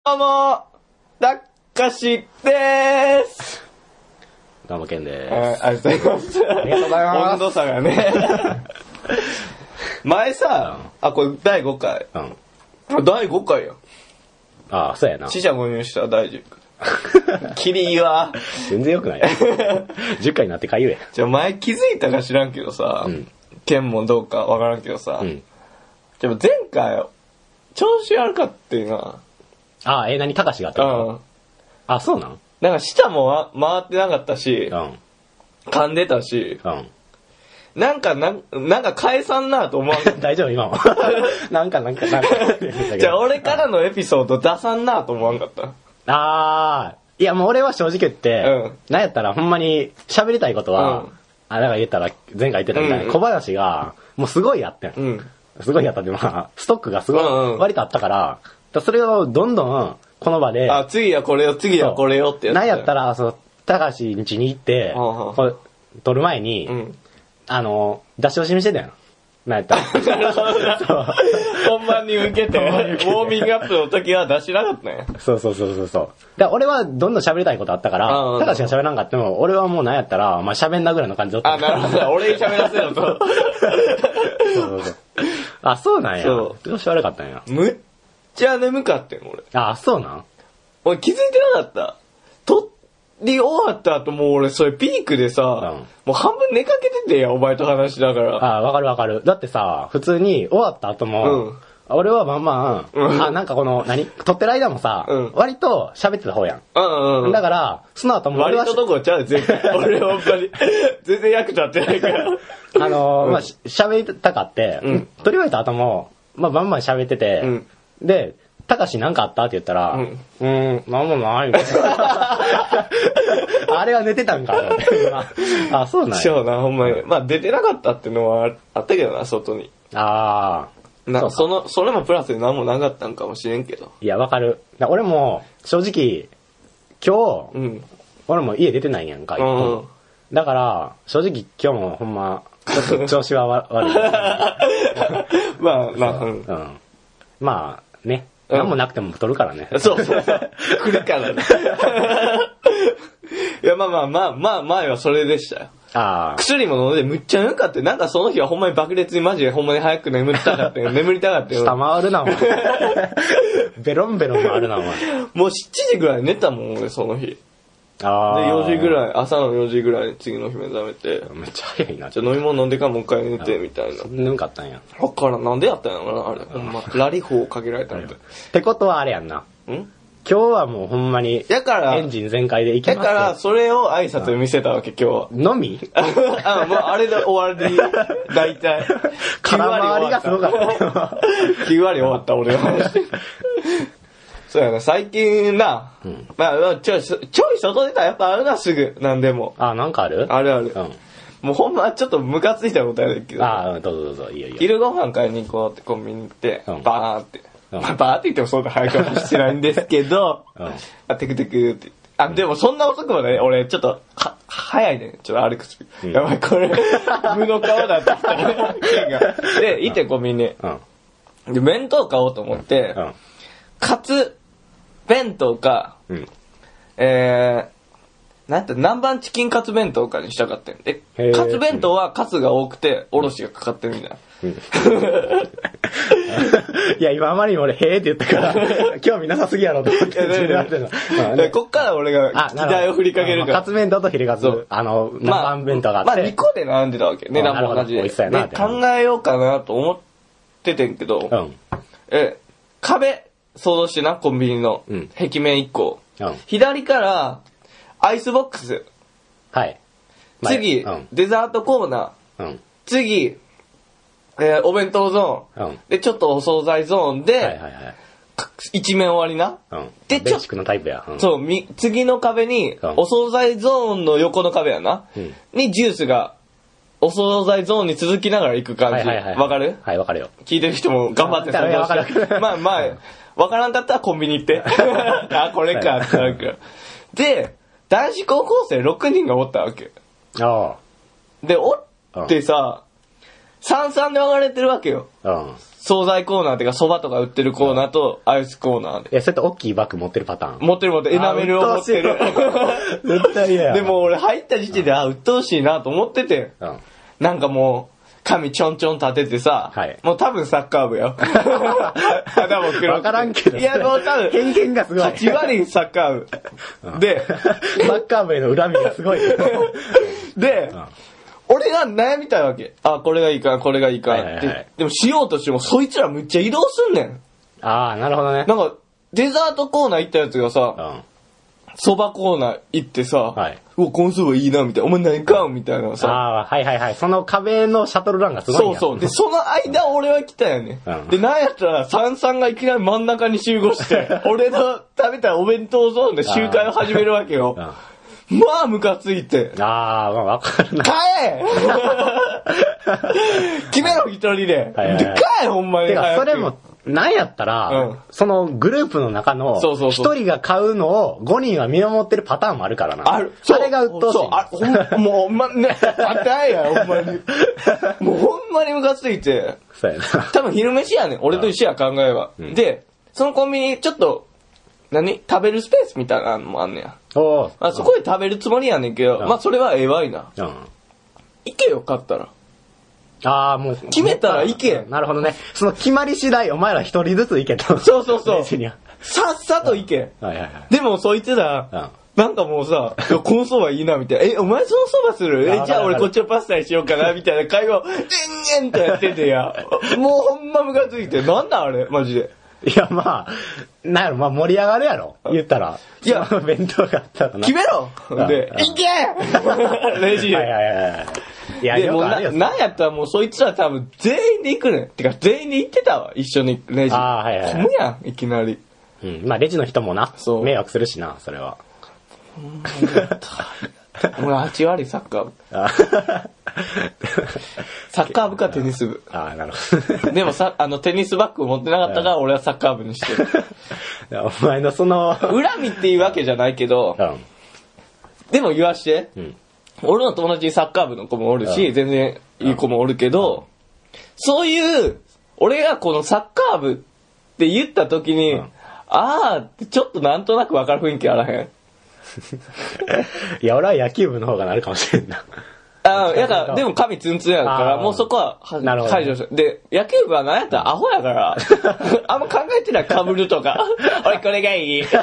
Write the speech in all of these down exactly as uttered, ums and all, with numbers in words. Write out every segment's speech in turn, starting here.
どうも、たかしでーす。 どうもけんでーす。 ありがとうございます。 ありがとうございます。 温度差がね。前さ、うん、あ、これだいごかい。うん。だいごかいよ。 ああ、そうやな。 死者誤入したらだいじゅっかい。キリいいわ。 全然よくない。じゅっかいになってか言え。 じゃあ前気づいたか知らんけどさ、うん、ケンもどうかわからんけどさ、うん、でも前回、調子悪かったよな。 ああ、えー、何たかしがあったの？うん。あ、そうなん？ なんか舌も回ってなかったし、うん、噛んでたし、うん、なんかな、なんか返さんなと思わん。 大丈夫今も。なんかなんかなんか。 じゃあ俺からのエピソード出さんなと思わんかった。 あー、いやもう俺は正直言って、うん、なんやったらほんまに喋りたいことは、うん、あ、だから言ったら、前回言ってたみたいな、うん、小話が、もうすごいやってん。うん、すごいやったって、まあ、ストックがすごい、うんうん、割とあったから、それをどんどん、この場で。 あ、次はこれよ、次はこれよってやつ。 なんやったら、その、高橋ん家に行って、これ、撮る前に、うん、あの、出し惜しみしてたやん。なんやったら。なるほど。 本番に向けて、ウォーミングアップの時は出しなかったね。 そうそうそうそうそう。だから俺はどんどん喋りたいことあったから、高橋が喋らんかっても、俺はもうなんやったら、まあ喋んなぐらいの感じだった。 あ、なるほど。俺に喋らせろと。 そうそうそう。あ、そうなんや。そう。調子悪かったんや。 むっちゃ眠かったよ、俺。 あ、そうなん？ 俺気づいてなかった。撮り終わった後もう俺それピークでさ、うん、もう半分寝かけててや、お前と話しながら。 あ、わかるわかる。だってさ、普通に終わった後も、うん、俺はまんまん、うん、あ、なんかこの、何撮ってる間もさ、うん、割と喋ってた方やん。うんうん、だから、その後も俺は。割とどころちゃう全然。俺ほんまに。全然役立ってないから。 あのー、うん、まあ、喋りたかって、うん、撮り終えた後も、まあ、バンバン喋ってて、うん、で、たかしなんかあったって言ったら、うん、うーん、なんもない。あれは寝てたんかあ、そうなんや。 そうな、ほんまに。まあ、出てなかったっていうのはあったけどな、外に。 ああ。 な、その、それもプラスで何もなかったんかもしれんけど。 いや、わかる。俺も、正直、今日、うん、俺も家出てないやんか、一本。だから、正直今日もほんま、ちょっと調子は悪い。 まあ、まあ、うん。 うん、まあ、ね。何もなくても取るからね。 そうそうそう。来るからね。いや、まあまあまあ、まあ、前はそれでしたよ。ああ。薬も飲んでむっちゃ眠かって、なんかその日はほんまに爆裂にマジでほんまに早く眠りたかったよ。眠りたかったよ。 下回るな、お前。ベロンベロン回るな、お前。 もうしちじぐらい寝たもん、俺、その日。ああ。で、よじぐらい、朝のよじぐらいに次の日目覚めて。 めっちゃ早いな。 じゃあ飲み物飲んでからもう一回寝て、みたいな。 眠かったんや。 わからん、なんでやったんやろな、あれ。ほんま。ラリホーかけられたんだ。 ってことはあれやんな。ん今日はもうほんまに、だから、エンジン全開で行きます。 だから、それを挨拶で見せたわけ、今日は。 のみあ、もうあれで終わり、大体。 空回りがすごかった。 きゅうわり終わった、俺は。そうやな、最近な、うん、まあ、ちょい、ちょい外出たらやっぱあるな、すぐ、なんでも。 あ、なんかあるあるある。うん。もうほんま、ちょっとムカついたことあるけど。 ああ、どうぞどうぞ、いいよいいよ。 昼ご飯買いに行こうってコンビニ行って、うん、バーって。うん、まあ、バーって言ってもそんな早くはしてないんですけど、うん、あ、テクテクって言って。あ、でもそんな遅くまで、ね、俺、ちょっと、は、早いね。ちょっと歩くスピード。うん、やばい、これ、無の顔だってきたね。で、行ってコンビニに。うん、で、弁当買おうと思って、うんうん、カツ、弁当か、うん、えー、なんて、南蛮チキンカツ弁当かにしたかったんで、カツ弁当はカツが多くて、おろしがかかってるみたいな。うん、 いや、今あまりに俺、へーって言ったから、興味なさすぎやろと思って。 で、こっから俺が期待を振りかけるから。 カツ弁当とヒレカツ、あの、南蛮弁当があって。 まあ、にこで並んでたわけ。値段も同じで。で、考えようかなと思っててんけど、うん、え、壁、想像してな、コンビニの、うん、壁面いっこ、うん。左から、アイスボックス。はい。次、うん、デザートコーナー。うん、次、えー、お弁当ゾーン、うん。で、ちょっとお惣菜ゾーンで、はいはいはい、一面終わりな。うん、で、 ベーシックのタイプや。 うん、そう、み、次の壁に、うん、お惣菜ゾーンの横の壁やな。うん、にジュースが、お惣菜ゾーンに続きながら行く感じ。わ、はいはいはい、かる？ はい、わかるよ。 聞いてる人も頑張って想像して。まあまあ、わからんかったらコンビニ行って。あ、これかってなるから。で、男子高校生ろくにんがおったわけ。ああ。で、おってさ、三々で分かれてるわけよ。うん。 惣菜コーナーっていうか、蕎麦とか売ってるコーナーと、アイスコーナーで。 え、それって大きいバッグ持ってるパターン？ 持ってる持ってる。エナメルを持ってる。 絶対嫌や。 でも俺入った時点で、あ、鬱陶しいなと思ってて。 うん。 なんかもう、髪ちょんちょん立ててさ、はい、もう多分サッカー部よ。肌も黒く。 わからんけど。 いや、もう多分、 偏見がすごい。 はち割サッカー部。うん、で、 サッカー部への恨みがすごい。 で、うん、俺が悩みたいわけ。あ、これがいいか、これがいいかって。はいはいはい、でもしようとしても、そいつらむっちゃ移動すんねん。 ああ、なるほどね。 なんか、デザートコーナー行ったやつがさ、うん、蕎麦コーナー行ってさ、はい、うわ、この蕎麦いいな、みたいな。お前何かんみたいなさ。 ああ、はいはいはい。その壁のシャトルランがすごいんや。 そうそう。で、その間俺は来たよね。うん、で、なんやったら、三三がいきなり真ん中に集合して、俺の食べたお弁当ゾーンで集会を始めるわけよ。まあ、ムカついて。 ああ、まあ、わかるな。帰れ決めろ、一人で。はいはいはい、で、帰れ、ほんまに。 てか、それも、なんやったら、うん、そのグループの中の一人が買うのをごにんは見守ってるパターンもあるからな。ある。あれが鬱陶しい。そうあほんもう、ま、ね、あたいや、ほんまに。もうほんまにムカついて。 そうやな。 多分昼飯やねん。俺と一緒や、考えは、うん。で、そのコンビニ、ちょっと、何食べるスペースみたいなのもあんねや。おあそこで食べるつもりやねんけど、うん、まあそれはええわいな。うん、行けよ、買ったら。 ああ、もう。 決めたら行け。 なるほどね。その決まり次第、お前ら一人ずつ行けと。 そうそうそう。さっさと行け。はいはいはい。でもそいつら、うん、なんかもうさ、この蕎麦いいな、みたいな。え、お前その蕎麦するえ、じゃあ俺こっちのパスタにしようかな、みたいな会話を、でんげんとやっててや。もうほんまムカついて。なんだあれ、マジで。 いや、まあ、なんやろ、まあ盛り上がるやろ。言ったら。いや、弁当があったらな。 決めろで、行けレジ。はいはいはい。いや、でもな、なんやったらもうそいつら多分全員で行くねん。てか全員で行ってたわ、一緒にレジ。ああ、はいはい。混むやん、いきなり。 うん、まあレジの人もな、迷惑するしな、それは。 ほんまにやった。俺はち割サッカー部。サッカー部かテニス部。 ああ、なるほど。 でもさ、あの、テニスバッグを持ってなかったから俺はサッカー部にしてる。 お前のその、 恨みっていうわけじゃないけど、うん、でも言わして、うん、俺の友達にサッカー部の子もおるし、うん、全然いい子もおるけど、うん、そういう、俺がこのサッカー部って言った時に、うん、あーってちょっとなんとなく分かる雰囲気あらへん。 いや、俺は野球部の方がなるかもしれんな。 ああ、やだ、でも髪ツンツンやから、もうそこは排除して。で、野球部は何やったらアホやから、あんま考えてないかぶるとか。おい、これがいい。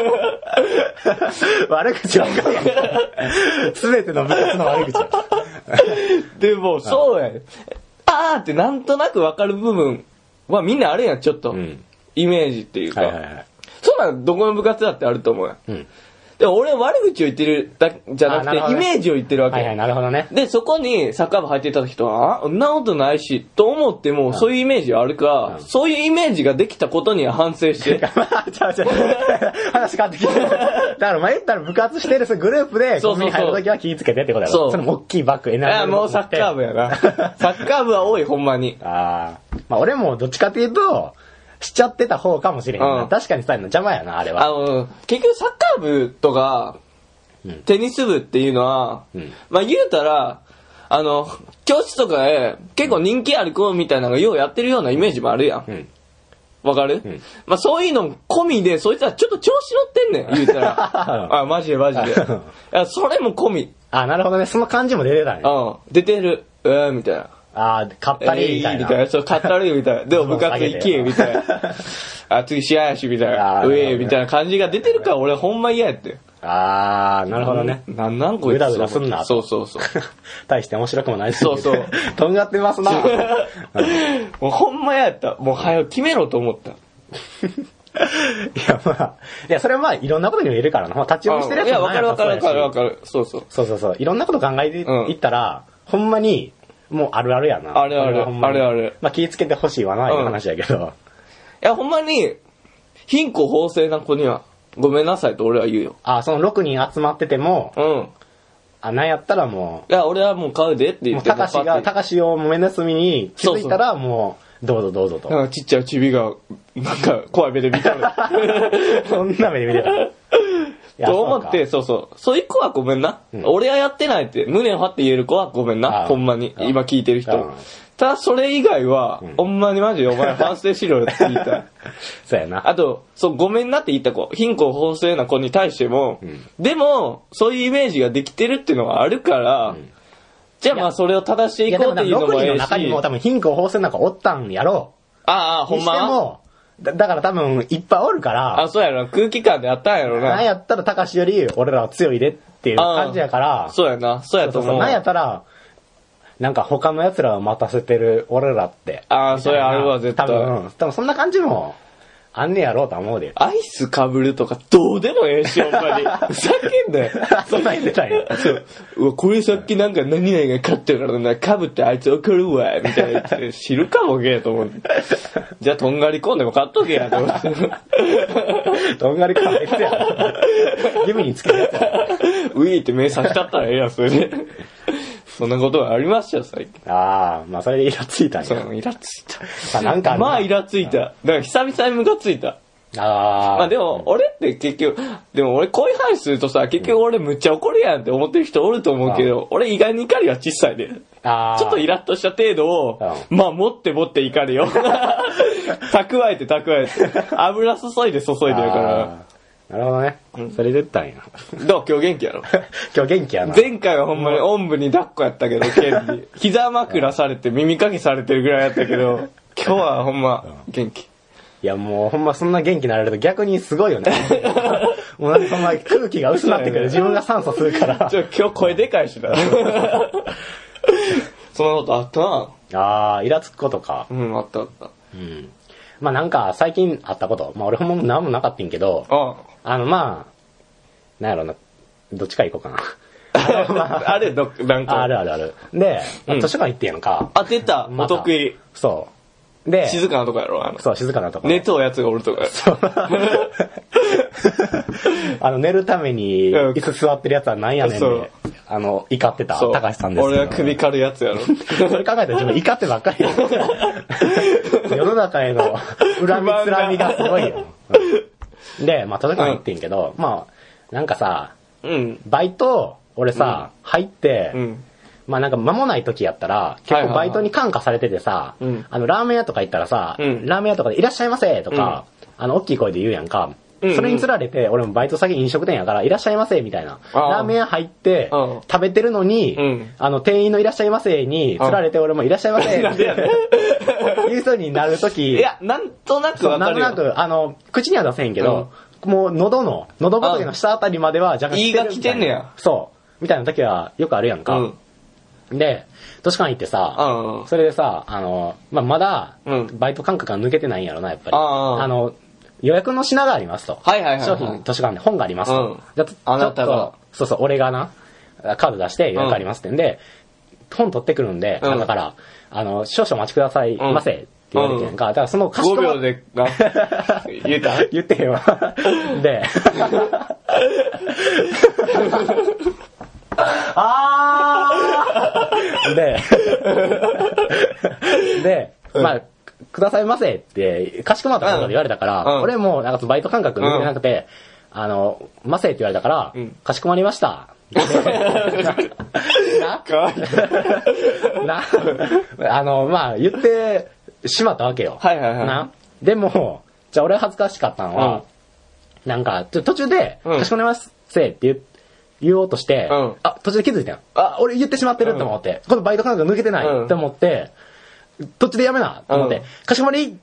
悪口ばっかりや。すべての部活の悪口や。 でも、そうやね。あーってなんとなくわかる部分はみんなあるやん、ちょっと。うん、イメージっていうか。はいはいはい、そんなんどこの部活だってあると思うやん。うんで俺は悪口を言ってるだじゃなくて、ね、イメージを言ってるわけ。 はいはい、なるほどね。 で、そこにサッカー部入ってた人は、あ、そんなことないし、と思っても、そういうイメージはあるから、うん、そういうイメージができたことには反省して。ちゃうちゃう話変わってきて。だから前言ったら部活してるグループで、コンビニ入るときは気ぃつけてってことやろ。そう。その大きいバッグ、エナメル。 いや、もうサッカー部やな。サッカー部は多い、ほんまに。 ああ。まあ俺もどっちかっていうと、しちゃってた方かもしれへんな。うん、確かにさ、邪魔やな、あれは。 あの、結局サッカー部とか、うん、テニス部っていうのは、うん、まあ言うたら、あの、教室とかで結構人気ある子みたいなのがようやってるようなイメージもあるやん。うんわかる、うん、まあそういうの込みで、そいつはちょっと調子乗ってんねん、言うたら。あ、マジでマジで。いや、それも込み。 あ、なるほどね。その感じも出てたね。 うん。出てる。えー、みたいな。 あー、かったりみたいな。 みたいな。そう、かったりみたいな。でも部活行け、みたいな。あ、次試合やし、みたいな。うえー、みたいな感じが出てるから、俺ほんま嫌やって。 あー、なるほどね。 なんなんこいつ。 うだうだすんな。 そうそうそう。 大して面白くもないし。 そうそう。 とんがってますな。 もうほんま嫌やった。もう早く決めろと思った。いや、まあ、いや、それはまあ、いろんなことに言えるからな。立ち読みしてるやつもないやつ。いや、わかるわかるわかるわかる。そうそう。 そうそうそう。いろんなこと考えていったら、うん、ほんまに、もうあるあるやな。 あるある。あるある。 まあ、気ぃつけてほしいわな、いう話やけど。 いや、ほんまに、貧困法制な子には、ごめんなさいと俺は言うよ。 あ、そのろくにん集まってても、うん。あ、なんやったらもう。いや、俺はもう買うでって言って。 たかしが、たかしを目盗みに気づいたら、もう、どうぞどうぞと。 なんかちっちゃいチビが、なんか怖い目で見たる。 そんな目で見てる。 と思って、そうそう。そういう子はごめんな。うん、俺はやってないって、胸を張って言える子はごめんな。ほんまに。今聞いてる人。 ただそれ以外は、うん、ほんまにマジでお前反省しろよって言いたい。 そうやな。 あと、そう、ごめんなって言った子、貧困法制な子に対しても、うん、でも、そういうイメージができてるっていうのがあるから、うん、じゃあまあそれを正していこうっていうのもええし。ろくにんの中にも多分貧困法制なんかおったんやろう。ああ、ほんま。 にしても、だ, だから多分いっぱいおるから。 あ、そうやろ。空気感であったんやろな。 なんやったら高しより俺らは強いでっていう感じやから。 そうやな。そうやと思う。そうそうそう、 なんやったら、なんか他の奴らを待たせてる俺らって。 ああ、それあるわ、絶対。 多分、多分そんな感じもあんねやろうと思うで。 アイス被るとかどうでもええし、ほんまに。ふざけんなよ。 そんなん言ってたんや。 そう。うわ、これさっきなんか何々が勝ったからな、被ってあいつ怒るわ、みたいな言って知るかもげえと思って。じゃあとんがりコーンでも買っとけや、と思って。 とんがりコーンあいつや。指につけるやつや。 ウィーって目さしたったらええやん、それで。そんなことがありましたよ、最近。 ああ、まあそれでイラついたんや。 そう、イラついた。 まあなんかまあイラついた。だから久々にムカついた。 ああ。 まあでも、俺って結局、でも俺こういう話するとさ、結局俺むっちゃ怒るやんって思ってる人おると思うけど、俺意外に怒りは小さいで。あちょっとイラッとした程度を、まあ持って持って怒るよ。蓄えて蓄えて。油注いで注いでやから。 なるほどね。それで言ったんや。 どう今日元気やろ今日元気やな。 前回はほんまにおんぶに抱っこやったけど、ケンに。膝枕されて耳かきされてるぐらいやったけど、今日はほんま元気。 いやもうほんまそんな元気になれると逆にすごいよね。もうなんかそんな空気が薄くなってくる。自分が酸素するから。 ちょ今日声でかいしな。そんなことあったな。 ああ、イラつくことか。 うん、あったあった。 うん。まあなんか最近あったこと。まあ俺ほんま何もなかったんけど、 ああのまあ、なんやろな、どっちから行こうかな。 あ, まあ、あれど、なんか。 あるあるある。で、うん、図書館行ってんやんか。 あ、出た、お得意。 そう。で、 静かなとこやろあの。 そう、静かなとこ。 寝とうやつがおるとこやろ。そう。 あの、寝るために椅子座ってるやつはなんやねんで、あの、怒ってた高橋さんです。 俺は首狩るやつやろ。 それ考えたら自分怒ってばっかりや。世の中への恨みつらみがすごいよ。で、まあ、図書館行ってんけど、うん、まあ、なんかさ、うん、バイト、俺さ、うん、入って、うん、まあなんか間もない時やったら、結構バイトに感化されててさ、はいはいはい、あの、ラーメン屋とか行ったらさ、うん、ラーメン屋とかでいらっしゃいませとか、うん、あの、大きい声で言うやんか。うんうん、それに釣られて、俺もバイト先飲食店やから、いらっしゃいませみたいな。ラーメン屋入って、食べてるのに、うん、あの、店員のいらっしゃいませに釣られて、俺もいらっしゃいませっていう人になるとき。 いや、なんとなくわかるよ。 なんとなく、あの、口には出せへんけど、うん、もう喉の、喉仏の下あたりまでは若干来てるみたいな。胃が来てんねや。 そう。みたいな時はよくあるやんか。うん、で、図書館行ってさ、うん、それでさ、あの、まあ、まだ、バイト感覚が抜けてないんやろな、やっぱり。あ, あの、予約の品がありますと。 はいはいはい、はい。 商品、図書館で本がありますと。うん、じゃあ、ちょっと、そうそう、俺がな、カード出して予約ありますってんで、うん、本取ってくるんで、うん、だから、あの、少々お待ちくださいませ、って言われてんか、だからそのかしこまごびょうで、言えた言ってへんわ。で、あーで、で、まあ、くださいませって、かしこまったことで言われたから、うん、俺もなんかバイト感覚抜けてなくて、うん、あの、ませって言われたから、うん、かしこまりました。ななあの、まあ、言ってしまったわけよ。 はいはいはい。なでも、じゃあ俺恥ずかしかったのは、うん、なんか、途中で、かしこまりますせって言言おうとして、うん、あ、途中で気づいたよ。あ、俺言ってしまってると思って、このバイト感覚抜けてないって思って、途中でやめなと思って、うん、かしこまり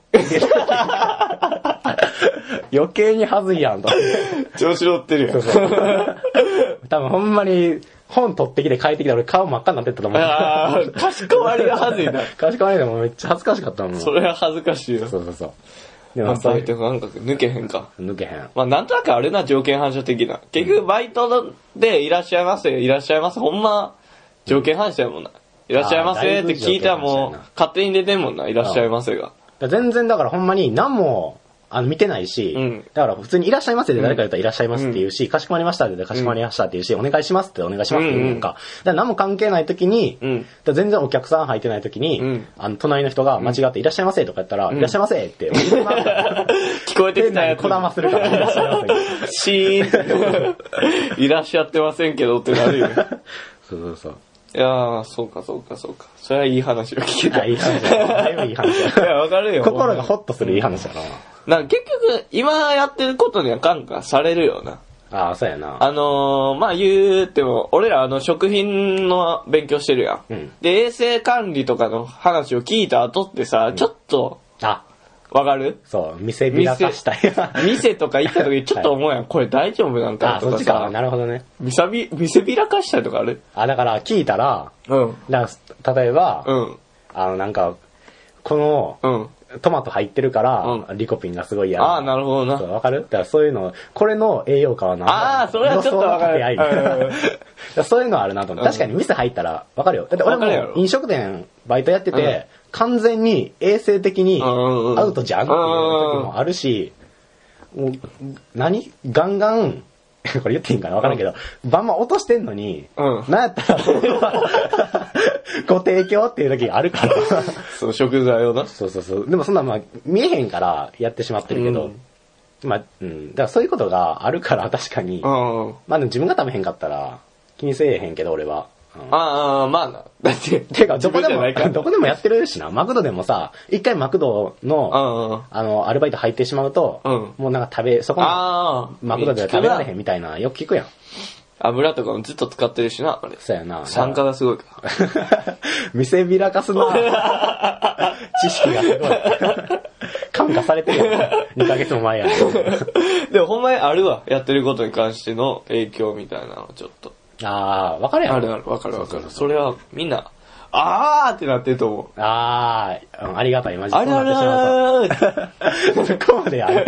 余計に恥ずいやんと。 調子乗ってるよ。そうそう多分ほんまに本取ってきて帰ってきたら俺顔真っ赤になってったと思う。 ああ、かしこまりが恥ずいな。 かしこまりでもめっちゃ恥ずかしかったもん。 それは恥ずかしいよ。 そうそうそう。 でもバイト感覚抜けへんか。 抜けへん。 まあなんとなくあれな、条件反射的な。結局バイトでいらっしゃいませ、いらっしゃいませ、ほんま条件反射やもんな。いらっしゃいませって聞いたらもう勝手に出てんもんな、いらっしゃいませが。 全然だからほんまに何もあの見てないし、うん、だから普通にいらっしゃいませで誰か言ったらいらっしゃいますって言うし、うん、かしこまりましたでかしこまりましたって言うし、うん、お願いしますってお願いしますって言うんか。だから何も関係ない時に、うん、全然お客さん入ってない時に、うん、あの隣の人が間違っていらっしゃいませとか言ったら、うん、いらっしゃいませって言ってます。 聞こえてきたやつ。 こだまするからいらっしゃいませ。 シーンっていらっしゃってませんけどってなるよ。 そうそうそう。 いやー、そうかそうかそうか。それはいい話を聞けた。 あ、いい話だ。だいぶいい話だ。 いや、わかるよ。 心がホッとするいい話だな。なんか結局、今やってることには感化されるよな。 ああ、そうやな。 あのー、まあ、言うても、俺らあの食品の勉強してるやん。うん、で、衛生管理とかの話を聞いた後ってさ、うん、ちょっと、あ、わかる？ そう、見せびらかしたい。 店とか行った時にちょっと思うやん。はい、これ大丈夫なんかとかさ。あ、そっちか。 なるほどね。 見せび、見せびらかしたいとかある？ あ、だから聞いたら、うん。だから例えば、うん。あの、なんか、この、うん。トマト入ってるから、うん、リコピンがすごいやる。 ああ、なるほどな。 わかる？だからそういうの、これの栄養価は何だろう？ ああ、それはちょっとわかる。 そういうのあるなと思って。確かに店入ったらわかるよ。だって俺も飲食店バイトやってて、うん、完全に衛生的にアウトじゃんっていう時もあるし、もう何ガンガン、これ言っていいんかなわからんけど、うん、バンバン落としてんのに、うん、なんやったらご提供っていう時があるから。 そう、食材をな。 そうそうそう。でもそんなまあ見えへんからやってしまってるけど、うん、まあ、うん。だからそういうことがあるから確かに、うん、まあでも自分が食べへんかったら気にせえへんけど俺は。 うん、ああ、まあな。だって、 てか、どこでも、どこでもやってるしな。マクドでもさ、一回マクドの、あの、アルバイト入ってしまうと、うん、もうなんか食べ、そこの、マクドでは食べられへんみたいな、よく聞くやん。 油とかもずっと使ってるしな、あれ。 そうやな。 酸化がすごいから。 見せびらかすな。知識がすごい。感化されてるよ。にかげつも前やん。 でもほんまにあるわ。やってることに関しての影響みたいなのちょっと。 ああ、わかるやん。 あるある、わかるわかる。それはみんな、あーってなってると思う。 あー、うん、ありがたい、マジで。あるあるあるそこまでやる。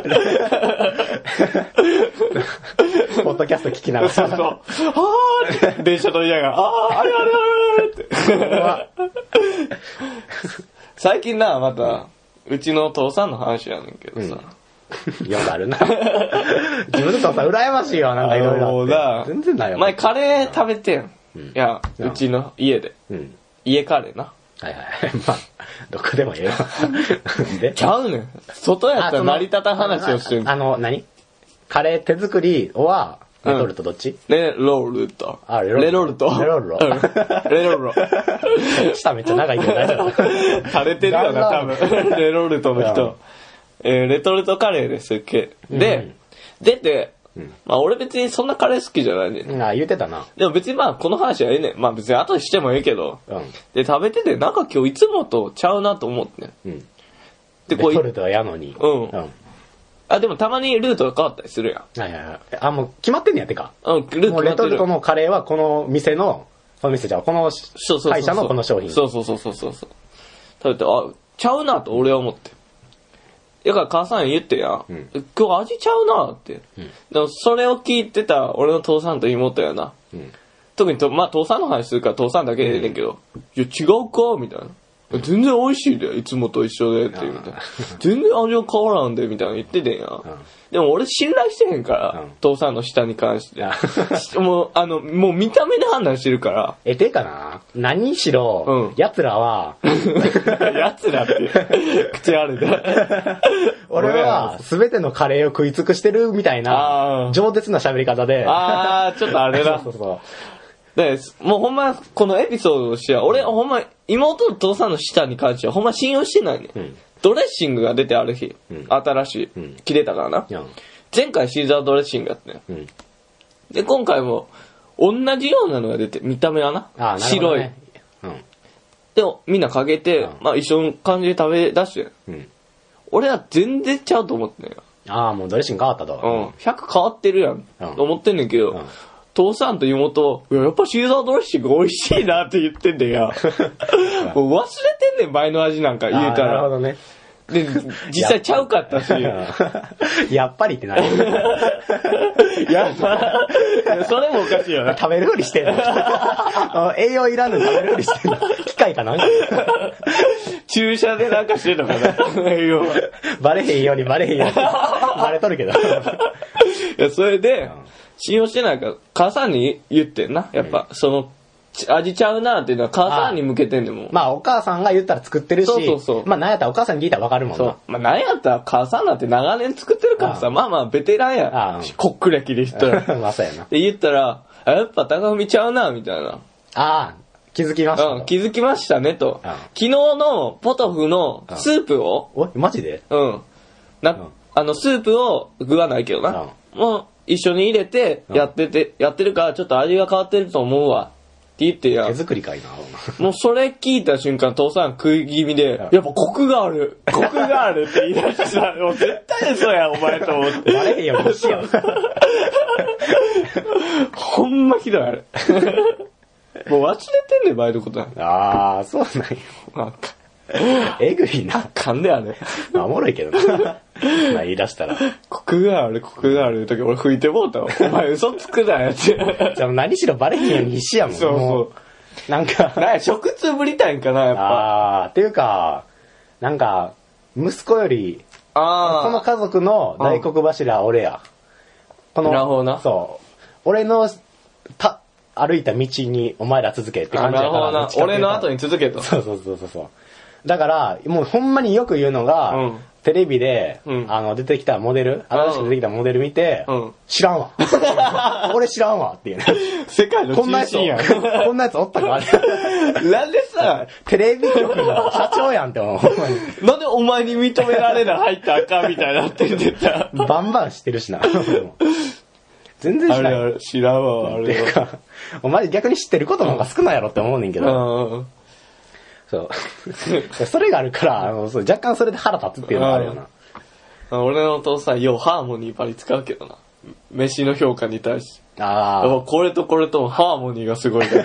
ポッドキャスト聞きながら。そうそう。 あーって、電車乗りながら、あー、あるあるあるって。最近な、また、うちの父さんの話やねんけどさ。 うん、よくあるな。自分の父さん羨ましいわ、なんかいろいろ。全然ないよ。 前カレー食べてん。うん、いや、うちの家で。うん、家カレーな。 はいはい。まあ、どこでもええわ。 でちゃうねん。外やったら成り立たん話をしてる。 あの、何カレー手作りは、レトルトどっち、うん、 レロールト。 あ、レロルト。 レロルト。 レロルト。 下めっちゃ長いけど大丈夫。 垂れてるよな、多分。レロルトの人。えー、レトルトカレーですっけ。で、うん、出て、うん、まあ俺別にそんなカレー好きじゃないねん。 ああ、言うてたな。 でも別にまあこの話はええねん。まあ別に後でしてもええけど。うん、で、食べててなんか今日いつもとちゃうなと思ってね。うん、 で、こうレトルトはやのに。 うん。うん。あ、でもたまにルートが変わったりするやん。 はいはいはい。あ、もう決まってんねやってか。 うん、ルート決まってる。もうレトルトのカレーはこの店の、この店じゃこの会社のこの商品。 そうそうそうそうそうそう。食べて、あ、ちゃうなと俺は思って。だから母さん言ってや、うん、今日味ちゃうなって、うん、でもそれを聞いてた俺の父さんと妹やな、うん、特にと、まあ、父さんの話するから父さんだけでねんけど、うん、いや違うかみたいな、全然美味しいでいつもと一緒でってみたいな全然味は変わらんでみたいな言っててんや、うん、でも俺信頼してへんから、うん、父さんの舌に関してもうあのもう見た目で判断してるからえてかな何しろ、うん、奴らは奴らって口あるで俺は全てのカレーを食い尽くしてるみたいな饒舌な喋り方であーちょっとあれだそうそうそうで、もうほんま、このエピソードとしては、俺、ほんま、妹と父さんの舌に関しては、ほんま信用してないね、うん。ドレッシングが出てある日、うん、新しい、うん、切れたからな。うん、前回シーザードレッシングやったね、うん。で、今回も、同じようなのが出て、見た目はな、ああ白い、ねうん。で、みんなかけて、うん、まあ一緒の感じで食べ出して、うん、俺は全然ちゃうと思ってんねん。 ああ、もうドレッシング変わったと。 うん。ひゃく変わってるやん。うん、と思ってんねんけど、うん父さんと妹、いや、やっぱシーザードレッシング美味しいなって言ってんだよ。もう忘れてんねん、前の味なんか言うたら。 なるほどね。 で、実際ちゃうかったし。 やっぱりってなる。 やっぱ、それもおかしいよな。 食べるふりしてんの。栄養いらんの食べるふりしてんの。機械かなんか。 注射でなんかしてんのかな。栄養。 バレへんようにバレへんように。バレとるけど。いや、それで、信用してないから、母さんに言ってんな。やっぱ、うん、その、味ちゃうなっていうのは母さんに向けてんねんもん。 まあお母さんが言ったら作ってるし、そうそうそう。まあなんやったらお母さんに聞いたらわかるもんな。そう。 まあなんやったら母さんなんて長年作ってるからさ、ああまあまあベテランや。ああコック歴で言ったら。 まあそうやな。 で言ったら、やっぱ高文ちゃうな、みたいな。 ああ、 気づきました。 うん、気づきましたねと。うん、昨日のポトフのスープを、 うん、おマジでうん。な、うん、あの、スープを具はないけどな。うん、もう一緒に入れて、やってて、やってるからちょっと味が変わってると思うわ。って言ってや。 手作りかいな。 もうそれ聞いた瞬間、父さん食い気味で、やっぱコクがある。コクがあるって言い出したら、もう絶対嘘や、お前と思って。 バレへんよ、必死やん。 ほんまひどいあれ。もう忘れてんねん、バイトことは。 あー、そうなんよ。 なんか。 えぐいな。 かんであれ。 まあ、おもろいけどな。まあ言い出したら。 コクがある、コクがある時俺吹いてもうたわ。お前嘘つくなやつ。 じゃあ何しろバレへんように必死やもん。 そうそう。 なんか。 なんや、食通ぶりたいんかな、やっぱ。 あー、っていうか、なんか、息子より、あこの家族の大黒柱は俺や。この、 なるほどな。 そう。俺の、た、歩いた道にお前ら続けって感じだから。なるほどな。 俺の後に続けと。 そうそうそうそう。だから、もうほんまによく言うのが、うん、テレビで、うん、あの、出てきたモデル、新しく出てきたモデル見て、うん、知らんわ。俺知らんわっていうね。 世界の中心やん。 こんなやつおったかなんでさ、 テレビ局の社長やんって思う。 なんでお前に認められない入ったらあかんみたいになってるってさ。 バンバンしてるしな。全然知らん。 あれあれ、知らんわ、あれ。 っていうか、お前逆に知ってることの方が少ないやろって思うねんけど。そう。それがあるから、あのそう若干それで腹立つっていうのがあるよな。 俺のお父さん、ようハーモニーバリ使うけどな。飯の評価に対して。 ああ。これとこれとハーモニーがすごいから。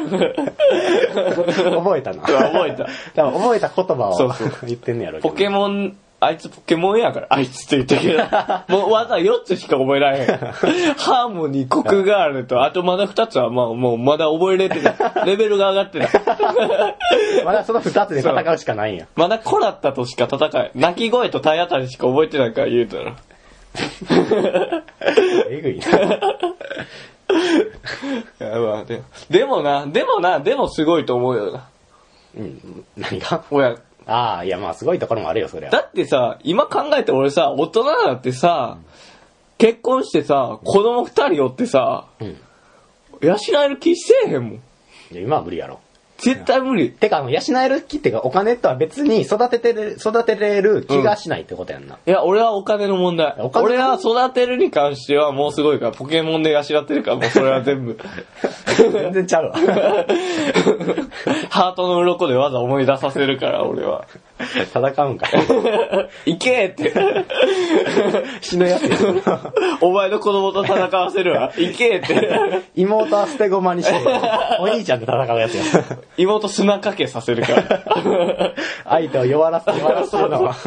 覚えたな。 覚えた。 多分覚えた言葉をそうそう言ってんねやろ。 ポケモン、あいつポケモンやから、あいつって言ったけど、もうわざよっつしか覚えられへん。ハーモニー、コクがあると、あとまだふたつはまあもうまだ覚えれてない。レベルが上がってない。 まだそのふたつで戦うしかないんや。 まだコラッタとしか戦え。鳴き声と体当たりしか覚えてないから言うたら。 えぐいな。 やばいで, でもな、でもな、でもすごいと思うよな。 うん、何が親。 ああ、いやまあすごいところもあるよ、それは。 だってさ、今考えて俺さ、大人だってさ、うん、結婚してさ、子供二人おってさ、うん、養える気せえへんもん。いや、今は無理やろ。 絶対無理。 てか、養える気ってか、お金とは別に育ててる、育てれる気がしないってことやんな。 うん、いや、俺はお金の問題。俺は育てるに関してはもうすごいから、ポケモンで養ってるから、もうそれは全部。 全然ちゃうわ。 ハートの鱗でわざ思い出させるから、俺は。 戦うんかい。行けって。 死ぬやつや。 お前の子供と戦わせるわ。行けって。 妹は捨て駒にして、お兄ちゃんと戦うやつや。 妹砂かけさせるから。 相手を弱らせて弱らせるのは。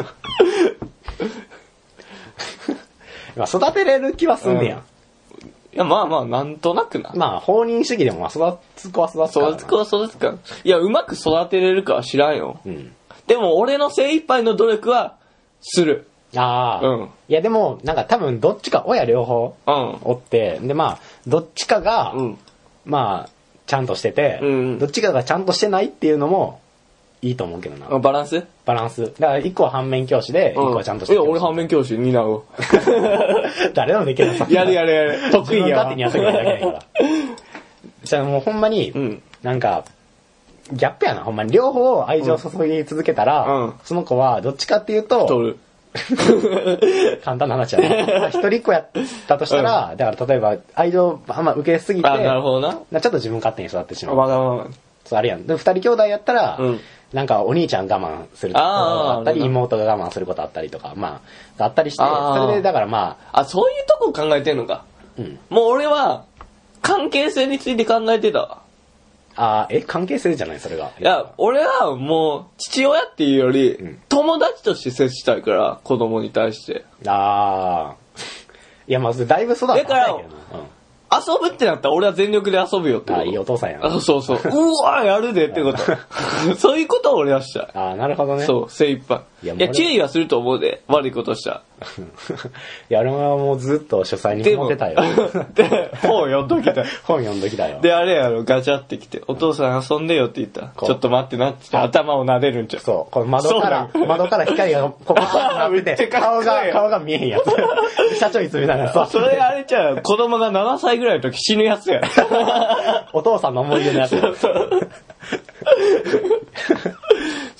育てれる気はすんねやん。うん、いや、まあまあ、なんとなくな。 まあ、放任主義でも、まあ、育つ子は育つから。 育つ子は育つから。いや、うまく育てれるかは知らんよ。うん。でも、俺の精一杯の努力は、する。 ああ。うん。いや、でも、なんか多分、どっちか、親両方、うん。おって、で、まあ、どっちかが、うん。まあ、ちゃんとしてて、うん、どっちかがちゃんとしてないっていうのも、いいと思うけどな。 バランスバランス。だから一個は反面教師で、一、うん、個はちゃんとしてる。 いや、俺反面教師担う。 誰でもできるのやるやるやる。得意や。 勝手にやってくれるだけだから。じゃあもうほんまに、うん、なんか、ギャップやな、ほんまに。両方愛情を注ぎ続けたら、うん、その子はどっちかっていうと、 太る。 簡単な話やな。一人っ子やったとしたら、うん、だから例えば愛情あんま受けすぎて、 あ、なるほどな。 ちょっと自分勝手に育ってしまう。 わがまま。 そう、あれやん。で、二人兄弟やったら、うん、なんかお兄ちゃん我慢することがあったり、妹が我慢することあったりとか、まあ、あったりして、それでだからまあ。あ、そういうとこ考えてんのか。うん。もう俺は、関係性について考えてたわ。 あ、え、関係性じゃないそれが。 いや、俺はもう、父親っていうより、うん、友達として接したいから、子供に対して。 ああ。いや、まずだいぶ育ったんだけどな。だから、うん、 遊ぶってなったら俺は全力で遊ぶよってこと。 あ、いいお父さんやな。あ、そうそう。うわやるでってこと。そういうことを俺はしたい。 あ、なるほどね。 そう、精一杯。いや、いや注意はすると思うで、悪いことした。 いや、俺はもうずっと書斎にこもってたよ。 で、本読んどきた。 本読んどきたよ。 で、あれやろ、ガチャってきて、お父さん遊んでよって言ったら、ちょっと待ってなって頭を撫でるんちゃう。 そう、この窓から、窓から光がここなってて、顔が、顔が見えへんやつ。社長いつみたいな。 それあれちゃう、子供がななさいぐらいの時死ぬやつや。 お父さんの思い出のやつ。そうそう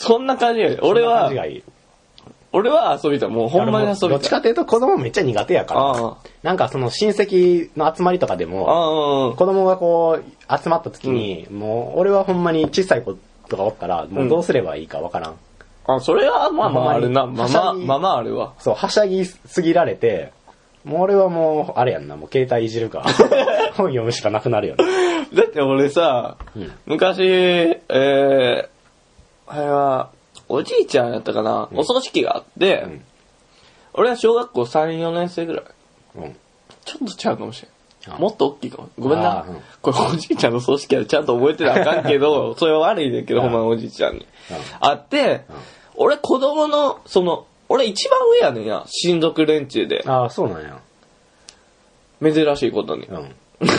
そんな感じやで。俺は、俺は遊びたい。もうほんまに遊びたい。 どっちかというと子供めっちゃ苦手やから、なんかその親戚の集まりとかでも、子供がこう集まった時に、うん、もう俺はほんまに小さい子とかおったら、もうどうすればいいかわからん。 うん、あ、それはまあまああるな。まあまあ、まあまああるわ。 そう、はしゃぎすぎられて、もう俺はもう、あれやんな、もう携帯いじるか。本読むしかなくなるよね。 だって俺さ、うん、昔、えー、あれは、おじいちゃんやったかな、うん、お葬式があって、うん、俺は小学校さん、よねん生ぐらい。うん、ちょっとちゃうかもしれん。もっと大きいかも。ごめんな。うん、これおじいちゃんの葬式やでちゃんと覚えてなあかんけど、それは悪いねんけど、ほんまおじいちゃんに。あって、俺子供の、その、俺一番上やねんや、親族連中で。 ああ、そうなんや。 珍しいことに。うん、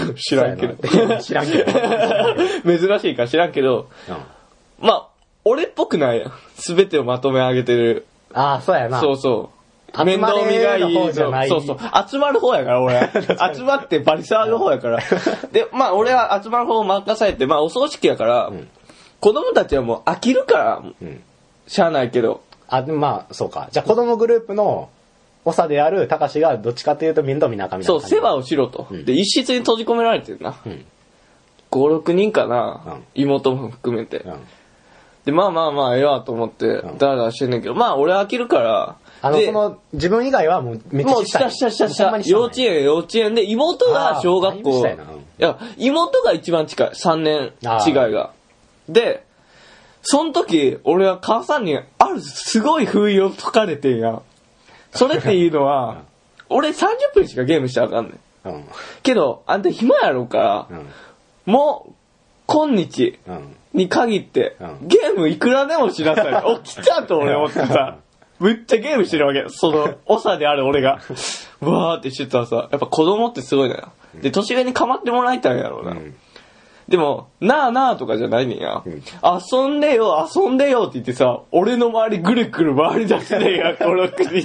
知らんけど。 知らんけど。 珍しいか知らんけど、うん、まあ、俺っぽくないやん。すべてをまとめ上げてる。 ああ、そうやな。 そうそう。面倒見がいい。そうそう。集まる方やから、俺。集まってバリ騒ぐ方やから。で、まあ、俺は集まる方を任されて、まあ、お葬式やから、うん、子供たちはもう飽きるから、うん、しゃあないけど。 あ、まあ、そうか。じゃあ子供グループの長である高志がどっちかというと面倒見なかみたいな。 そう、世話をしろと。うん、で、一室に閉じ込められてるな。うん、ご、ろくにんかな。うん、妹も含めて。うん、で、まあまあまあ、ええわと思って、だらだらしてんねんけど、まあ俺飽きるから、 あの、その、自分以外はもうめっちゃもうしたしたしたした。幼稚園、幼稚園で、妹が小学校。いや、妹が一番近い。さんねん違いが。で、その時、俺は母さんに、あるすごい封印を解かれてんや。それっていうのは、俺さんじゅっぷんしかゲームしたらあかんねん。うん、けど、あんた暇やろうから、うん、もう、今日に限って、うん、ゲームいくらでもしなさい。お、来たと俺思ってさ、めっちゃゲームしてるわけ。その、長である俺が。うわーってしてたらさ、やっぱ子供ってすごいな。で、年上に構ってもらいたいんやろうな。うん、でも、なあなあとかじゃないねんや。うん、遊んでよ、遊んでよって言ってさ、俺の周りぐるぐる回り出すねんや、この国って。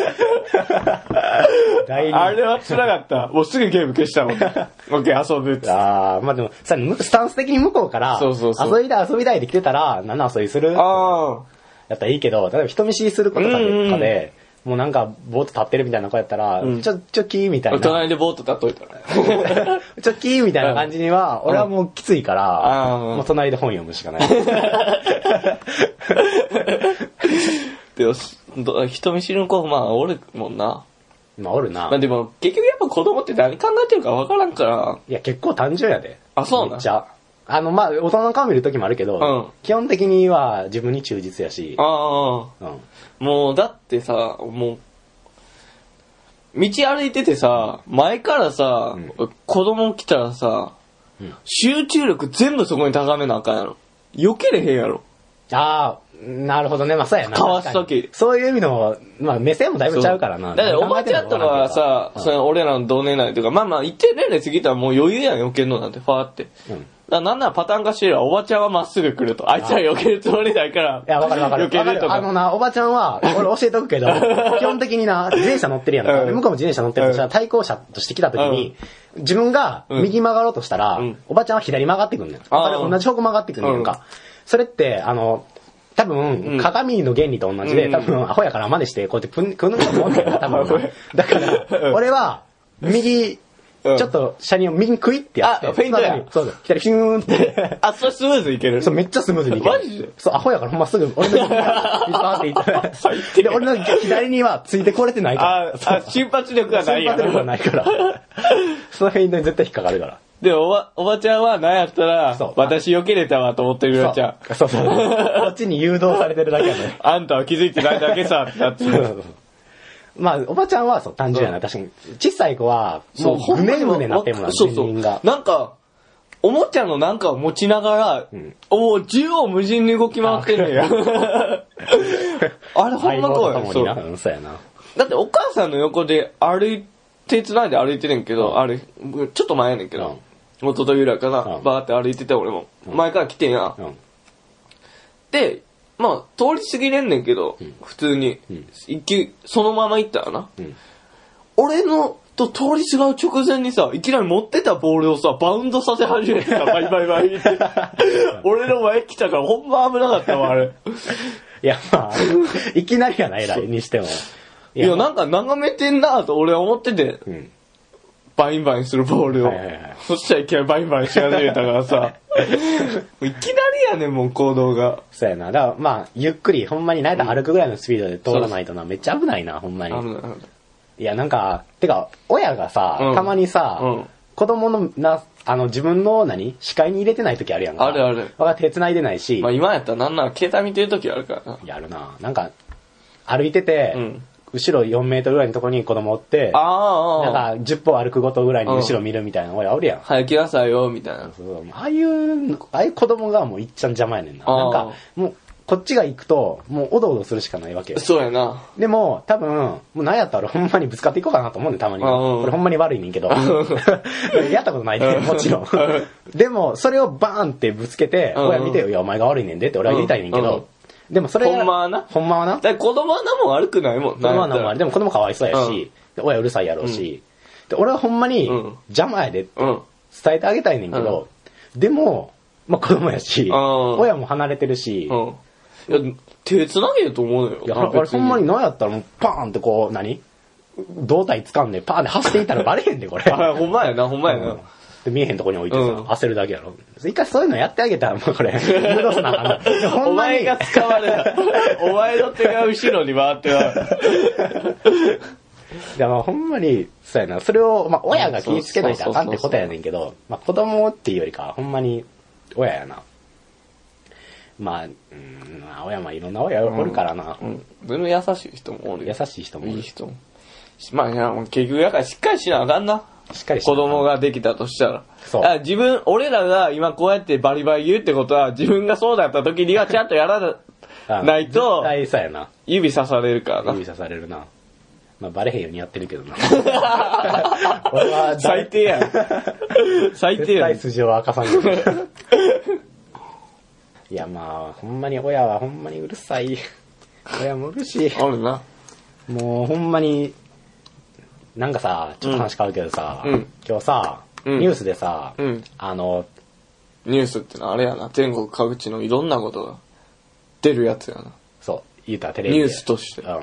あれは辛かった。もうすぐゲーム消したもん。オッケー、遊ぶって。 ああ、まあでも、さ、スタンス的に向こうから、そうそうそう遊びたい遊びたいって来てたら、何の遊びするああ。やったらいいけど、例えば人見知りすることとかで、うんうん、もうなんか、ぼーっと立ってるみたいな子やったら、うん、ちょ、ちょきーみたいな。 隣でぼーっと立っといたら。 ちょきーみたいな感じには、俺はもうきついから、うん、もう隣で本読むしかない。 でも、人見知りの子、まあ、おるもんな。 まあ、おるな。 まあでも、結局やっぱ子供って何考えてるか分からんから。 いや、結構単純やで。 あ、そうな。 めっちゃ。あの、まあ、大人の顔見るときもあるけど、うん、基本的には自分に忠実やし。ああ、うん。もう、だってさ、もう、道歩いててさ、前からさ、うん、子供来たらさ、うん、集中力全部そこに高めなあかんやろ。避けれへんやろ。 ああ、なるほどね。まあ、そうやな。 かわすとき。 そういう意味の、まあ、目線もだいぶちゃうからな。 だから、おばちゃんとかはさ、うん、その俺らの同年代とか、まあまあ、一定年齢過ぎたらもう余裕やん、避けんのなんて、ファーって。うん。だなんならパターン化してるわ、おばちゃんはまっすぐ来ると。あいつら避けるつもりないから。 いや、わかるわかる。避けるとか。あのな、おばちゃんは、俺教えとくけど、基本的にな、自転車乗ってるやんか。うん、向こうも自転車乗ってるとしたら、対向車として来た時に、うん、自分が右曲がろうとしたら、うん、おばちゃんは左曲がってくんねん。同じ方向曲がってくんねんか。うん、それって、あの、多分、鏡の原理と同じで、うん、多分、アホやから真似して、こうやってくん、くんのと思うんだよ、多分。だから、俺は、右、うん、ちょっと車輪を右にクイってやって。 あ、フェイントや。 そうそう。左ヒューンって。 あ、それスムーズいける？ そう、めっちゃスムーズにいける。 マジで？ そう、アホやからほんますぐ、俺の右にピッパーっていって。で、俺の左にはついてこれてないから。 あ、あ瞬発力がないやん。 瞬発力がないから。そのフェイントに絶対引っかかるから。 で、おば、おばちゃんは何やったら、私避けれたわと思ってるよ、ちゃん。 そうそう。こっちに誘導されてるだけやね。 あんたは気づいてないだけさ、ってなって。 まあ、おばちゃんはそう、単純やな、うん、確かに。小さい子は、もう、ぐねぐねなってもらう、 そうそう。なんか、おもちゃのなんかを持ちながら、うん、お縦横無尽に動き回ってんねや。あれほんま怖い。 そう。そうやな。 だってお母さんの横で歩いて、つないで歩いてるんけど、うん、あれ、ちょっと前やねんけど、うん、一昨日ぐらいかな、うん、バーって歩いてて俺も。うん、前から来てんや。うん、で、まあ、通り過ぎれんねんけど、うん、普通に、うん、一球、そのまま行ったらな、うん、俺のと通りすがる直前にさ、いきなり持ってたボールをさ、バウンドさせ始めてさ、バイバイバイって。俺の前来たからほんま危なかったわ、あれ。 いや、まあ、いきなりはないらにしても。 いや、いやなんか眺めてんなと俺は思ってて。うん、バインバインするボールを。はいはいはい、そしたらいきなりバインバインし始めたからさ。いきなりやねんもん、行動が。 そうやな。だからまあ、ゆっくり、ほんまに慣れた歩くぐらいのスピードで通らないとな、めっちゃ危ないな、ほんまに。危ない危ない。いや、なんか、てか、親がさ、うん、たまにさ、うん、子供のな、あの、自分の何視界に入れてない時あるやんか。 あるある。 わか手繋いでないし。 まあ今やったらなんなら携帯見てる時あるからな。 やるな。なんか、歩いてて、うん、後ろよんメートルぐらいのところに子供おって、 あなんかじゅっぽ歩くごとぐらいに後ろ見るみたいな親おるやん。 早来なさいよ、みたいな。 そうああいう、ああいう子供がもういっちゃん邪魔やねんな。なんか、もう、こっちが行くと、もうおどおどするしかないわけよ。 そうやな。 でも、多分、もうなんやったらほんまにぶつかっていこうかなと思うんで、たまに。これほんまに悪いねんけど。やったことないで、もちろん。でも、それをバーンってぶつけて、親見てよ、いや、お前が悪いねんでって俺は言いたいねんけど、でもそれほんまはな。 ほんまはな。 だから子供は何も悪くないもん。 子供は何も悪い。でも子供かわいそうやし、親うるさいやろうし、で俺はほんまに邪魔やでって伝えてあげたいねんけど、でも、まあ子供やし、親も離れてるし、 いや、手繋げると思うのよ。 いや、あれほんまに何やったらもうパーンってこう、何胴体掴んでパーンって走っていったらバレへんで、これ。 あ、ほんまやな、ほんまやな。 で、見えへんとこに置いてさ、うん、焦るだけやろ。一回そういうのやってあげたら、もうこれ、戻すな。 お前が使われた。お前の手が後ろに回っては。 いや、まあほんまに、そうやな。それを、まあ親が気につけないとあかんってことやねんけど、まあ子供っていうよりか、ほんまに、親やな。まあ、うん、まあ親もいろんな親おるからな。 うん。全部優しい人もおる。 優しい人もおる。 いい人も。まあ、いや、結局やからしっかりしなあかんな。 しっかりし子供ができたとしたら。そう。だから自分、俺らが今こうやってバリバリ言うってことは、自分がそうだった時にはちゃんとやらないと、 絶対そうやな。 指刺されるからな。 指刺されるな。まあバレへんようにやってるけどな。 俺は最低やん。最低やん。 絶対筋を明かさんと。いやまあ、ほんまに親はほんまにうるさい。親もうるし。 あるな。 もうほんまに、なんかさ、ちょっと話変わるけどさ、 うん、 今日さ、うん、ニュースでさ、 うん、 あの、 ニュースってのはあれやな、全国各地のいろんなことが出るやつやな。 そう、言うたらテレビで。 ニュースとして。うん、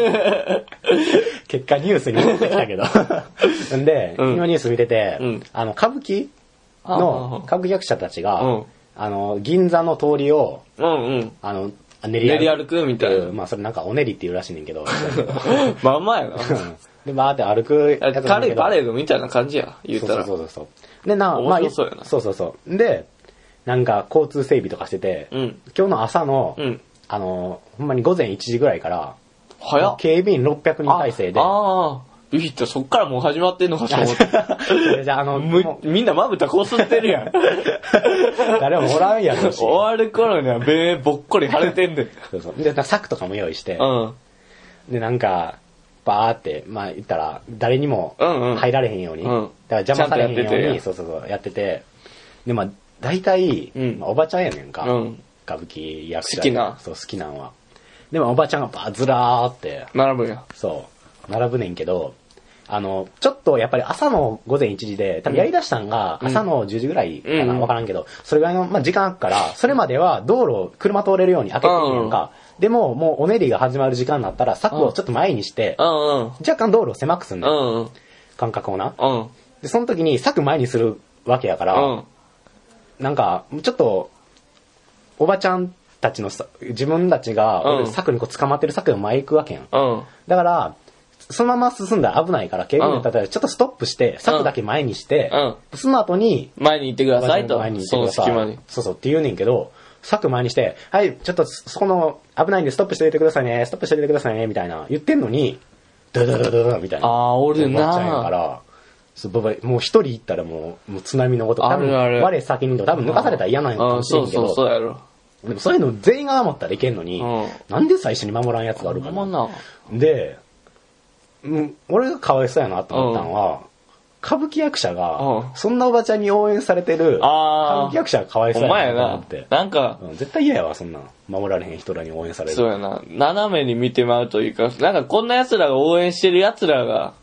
結果ニュースになってきたけど。んで、うん、今ニュース見てて、うん、あの、歌舞伎の歌舞伎役者たちが、うん、あの、銀座の通りを、 うんうん、 あの、 練り歩く。練り歩くみたいな。 まあそれなんかお練りっていうらしいねんけど。 まあまあやな。 で、バーって歩くやつ。 軽いパレードみたいな感じや、言ったら。 そうそうそう。で、な、まあ、 そうやな。 そうそうそう。で、なんか交通整備とかしてて、うん、今日の朝の、うん、あの、ほんまに午前いちじぐらいから、 早っ。 警備員ろっぴゃくにん体制で。 ああ。ビビったそっからもう始まってんのかと思って。 じゃあ、あの、 みんなまぶたこすってるやん。 誰もおらんやろし。 終わる頃には目ぼっこり腫れてんで。 そうそう。で、柵とかも用意して、 うん、 で、なんか、バーって、まあ言ったら、誰にも入られへんように、うんうん、だから邪魔されへんように、そうそうそう、やってて、で、まあ、大体、うんまあ、おばちゃんやねんか、うん、歌舞伎役者。 好きな。 そう、好きなんは。でもおばちゃんがバーずらーって。 並ぶや。 そう、並ぶねんけど、あの、ちょっとやっぱり朝の午前いちじで、多分やり出したんが朝のじゅうじぐらいかな、わからんけど、それぐらいの、まあ、時間あるから、それまでは道路、車通れるように開けてんやんか。でも、もうお練りが始まる時間になったら、柵をちょっと前にして、若干道路を狭くすんねん。間隔をな。で、その時に柵前にするわけやから、なんか、ちょっと、おばちゃんたちのさ、自分たちが、柵にこう捕まってる柵の前行くわけやん。だから、そのまま進んだら危ないから、警備員の方はちょっとストップして、柵だけ前にして、その後に、 前に行ってくださいと。 前に行ってください。そうそうって言うねんけど、柵前にして、はい、ちょっとそこの危ないんでストップしておいてくださいね、ストップしておいてくださいね、みたいな言ってんのに、ドドドドドみたいな。 あー、おるなー。から、もう一人行ったらもう、もう津波のこと、多分、我先にと多分抜かされたら嫌なんかもしれんけど、 そうそうそうやろ。 でもそういうの全員が守ったらいけんのに、なんで最初に守らんやつがあるかな。で、俺がかわいそうやなと思ったのは、歌舞伎役者が、そんなおばちゃんに応援されてる、歌舞伎役者がかわいそうやなと思って。 なんか、 絶対嫌やわ、そんな。守られへん人らに応援される。 そうやな。斜めに見てまうというか、なんかこんな奴らが応援してる奴らが、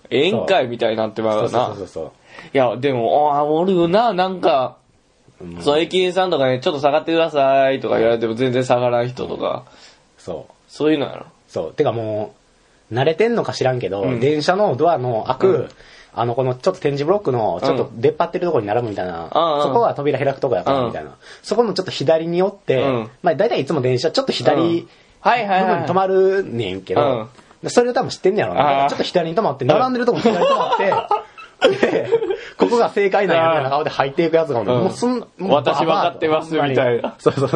宴会みたいになってまうな。 そうそうそうそう。 いや、でも、あおるよな、なんか、うん、そう、駅員さんとかね、ちょっと下がってくださいとか言われても全然下がらん人とか。 うん、そう。 そういうのやろ。 そう。てかもう、慣れてんのか知らんけど、うん、電車のドアの開く、うん、あの、このちょっと展示ブロックの、ちょっと出っ張ってるところに並ぶみたいな、うん、そこは扉開くとこやからみたいな。うん、そこのちょっと左に寄って、うん、まあ大体いつも電車ちょっと左、うん、はいはいはい。部分に止まるねんけど、うん、それを多分知ってんねやろな。ちょっと左に止まって、並んでるとこ左に止まって、で、ここが正解なんやみたいな顔で入っていくやつが、うん、もうそん、もう私分かってますみたいな。 そうそう。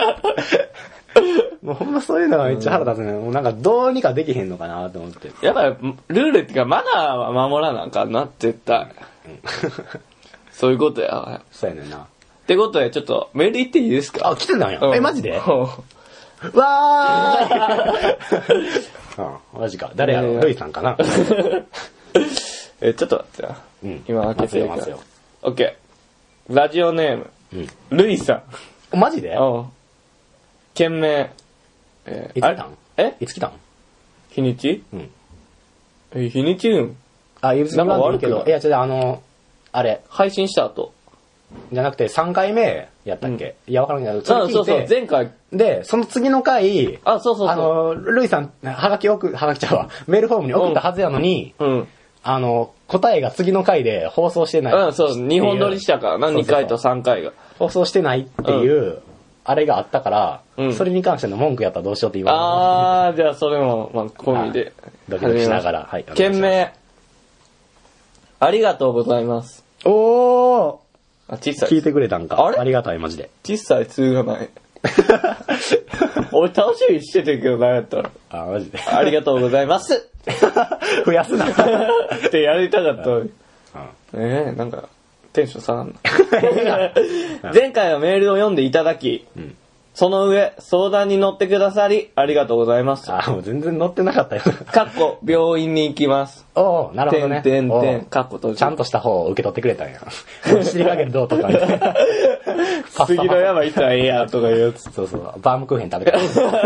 もうほんまそういうのがめっちゃ腹立つね。もうなんかどうにかできへんのかなと思って。 やっぱりルールっていうかマナーは守らなあかんな、絶対。うん、そういうことや。 そうやねんな。 ってことでちょっとメール言っていいですか？ あ、来てたんや。うん、え、マジで？わーあマジか。誰やろう？ルイさんかな。 え、ちょっと待ってな。うん、今開けてるから。オッケー。ラジオネーム。うん、ルイさん。マジで？ うん。件名。 えー、いつ来たん？えいつ来たん？ 日にち？うん。え、日にちうん。 あ、言わんけど。いや、違う、あの、あれ。 配信した後。 じゃなくてさんかいめやったっけ、うん、いや、わからんけど、 そうそうそう、前回。 で、その次の回、 あ、そうそうそう。 あの、ルイさん、はがき送、はがきちゃうわ。メールフォームに送ったはずやのに、うん。うん、あの、答えが次の回で放送してない。 うん、そう、にほん撮りしたからな、にかいとさんかいが。 放送してないっていう、うん、あれがあったから、うん、それに関しての文句やったらどうしようって言われああ、じゃあそれも、まあ、込みで。 ドキドキしながら、はい。 件名、ありがとうございます。 おーあ、小さい。 聞いてくれたんか。 あれありがたい、マジで。 小さい通がない。俺楽しみにしててんけどな、やったら。 あ、マジで。 ありがとうございます。 増やすな。 ってやりたかったのに。ええー、なんか、テンション下がんな。前回はメールを読んでいただき、うん、その上、相談に乗ってくださり、ありがとうございます。 あ、もう全然乗ってなかったよ。 かっこ、病院に行きます。 おー、なるほどね。 てんてんてん、かっことちゃんとした方を受け取ってくれたんや。知りかけるどうとかみたいな。 次の山行ったらええや、とか言うやつ。 そうそう、バームクーヘン食べた。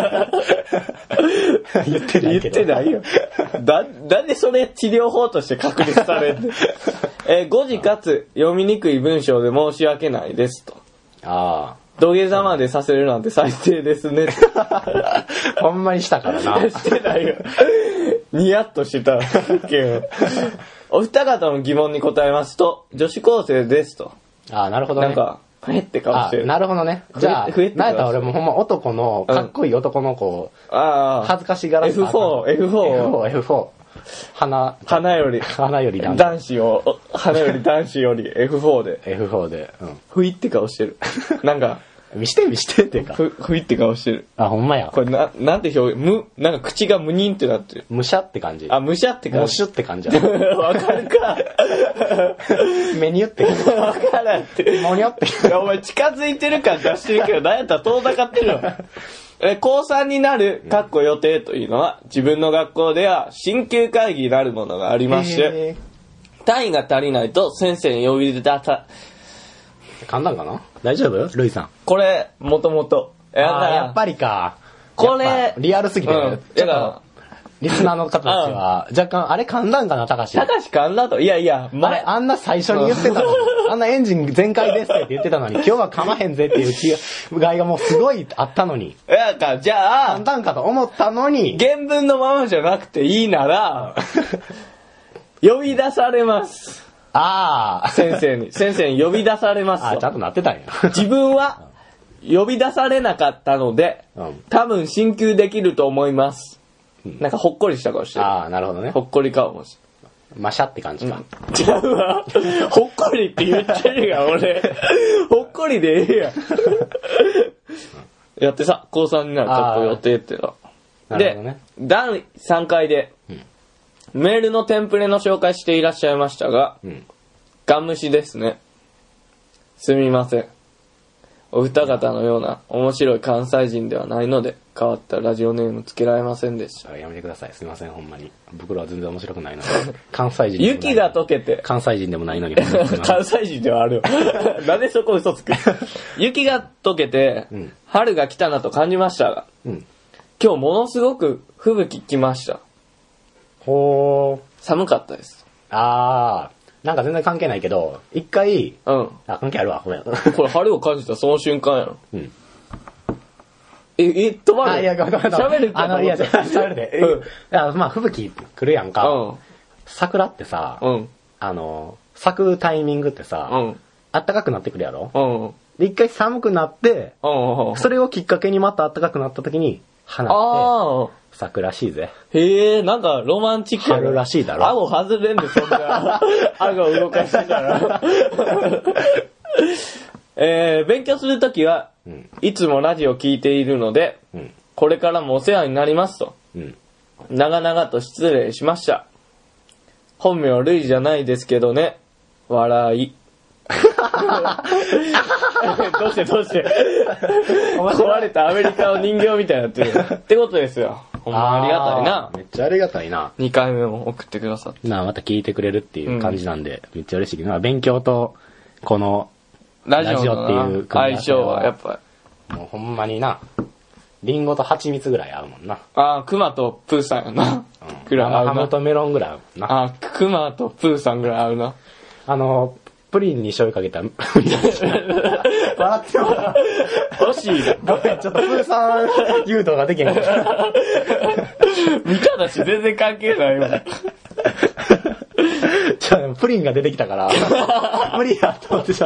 言ってないけど。 言ってないよ。だ、なんでそれ治療法として確立されるえー、誤字かつ読みにくい文章で申し訳ないですと。 ああ。 土下座までさせるなんて最低ですね。 ほんまにしたからな。 してないよ。ニヤッとしてた。お二方の疑問に答えますと、女子高生ですと。 ああ、なるほどね。 なんか、ふえって顔してる。 なるほどね。じゃあ、なんやったら俺もほんま男の、かっこいい男の子、うん、あ恥ずかしがらせた。 エフフォー、エフフォー。 エフフォー、エフフォー。花、 花より、 花より男子。 男子を、花より男子より エフフォー で。 エフフォー で。うん。 ふいって顔してる。なんか、 見して見してっていうか。 ふ、ふいって顔してる。 あ、ほんまや。 これな、なんて表現、む、なんか口がむにんってなってる。 むしゃって感じ。 あ、むしゃって感じ。 むしゅって感じ。 わかるか。 メニューって感じ。 わからんって。 もにょって。 いや、お前近づいてる感出してるけど、なんやったら遠ざかってるよ。え、高さんになる、かっこ予定というのは、自分の学校では、進級会議になるものがありまして、単位が足りないと先生に呼び出た、 簡単かな大丈夫ルイさん。 これ、もともと。 ああ、やっぱりか。 これ、 リアルすぎて、うん、ちょっと、リスナーの方たちは、若干、あれ噛んだんかな、高橋。 高橋噛んだと。いやいや、 まあれ、あんな最初に言ってたのに、あんなエンジン全開ですって言ってたのに、今日は噛まへんぜっていう気概がもうすごいあったのに。 いやか、じゃあ、 噛んだんかと思ったのに。 原文のままじゃなくていいなら、呼び出されます。 ああ。 先生に。先生に呼び出されますと。 ああ、ちゃんとなってたんや。 自分は、呼び出されなかったので、うん、多分進級できると思います。うん、なんかほっこりした顔してる。 ああ、なるほどね。 ほっこり顔もして。 マシャって感じか。 うん、違うわ。ほっこりって言ってるやん、俺。ほっこりでええやん。やってさ、高さんになるちょっと予定っての。 なるほどね。 で、だいさんかいで、うん、メールのテンプレの紹介していらっしゃいましたが、うん、ガン無視ですね。すみません。お二方のような面白い関西人ではないので、変わったラジオネームつけられませんでした。 やめてください。すみません、ほんまに。僕らは全然面白くないので。関西人でもない。 雪が溶けて。 関西人でもないのに。 関西人ではあるよ。なんでそこ嘘つく雪が溶けて、うん、春が来たなと感じましたが、うん、今日ものすごく吹雪来ました。 ほー。 寒かったです。 あー、なんか全然関係ないけど、一回、 うん。 あ、関係あるわ、ごめん。これ春を感じたその瞬間やろ。うん。え、え、止まる？ あ、いや、ごめんごめん。 喋るあの、いや、喋るで。うん。いや、まあ、吹雪来るやんか。うん。桜ってさ、うん。あの、咲くタイミングってさ、うん。暖かくなってくるやろ？うん。で、一回寒くなって、うん。それをきっかけにまた暖かくなった時に、花って、ああ。咲くらしいぜ。 へえ、なんかロマンチック。 春らしいだろ。 顎外れんで、そんな。顎動かしてたら。えー、勉強するときは、うん、いつもラジオ聞いているので、うん、これからもお世話になりますと。うん、長々と失礼しました。本名ルイじゃないですけどね。笑い。どうしてどうして壊れたアメリカの人形みたいになってるってことですよ。ほんまありがたいな。 めっちゃありがたいな。 にかいめも送ってくださって。 なあ、また聞いてくれるっていう感じなんで、うん、めっちゃ嬉しいけど、勉強とこのラジオっていう相性はやっぱもうほんまにな、リンゴと蜂蜜ぐらい合うもんな。 ああ、クマとプーさんやな。うん、 ぐらい合うな。ハムとメロンぐらい合うもんな。 ああ、クマとプーさんぐらい合うな。 あの、プリンに醤油かけた笑ってもら惜しい。 ごめん、ちょっとプーさん誘導ができへん。 見ただし全然関係ないわ。 ちょ、プリンが出てきたから、無理やと思ってちゃった。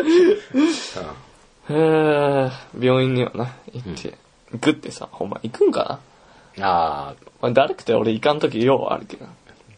へー、病院にはな、行って、うん、行くってさ、ほんま行くんかな。あー。だるくて俺行かんときようあるけど。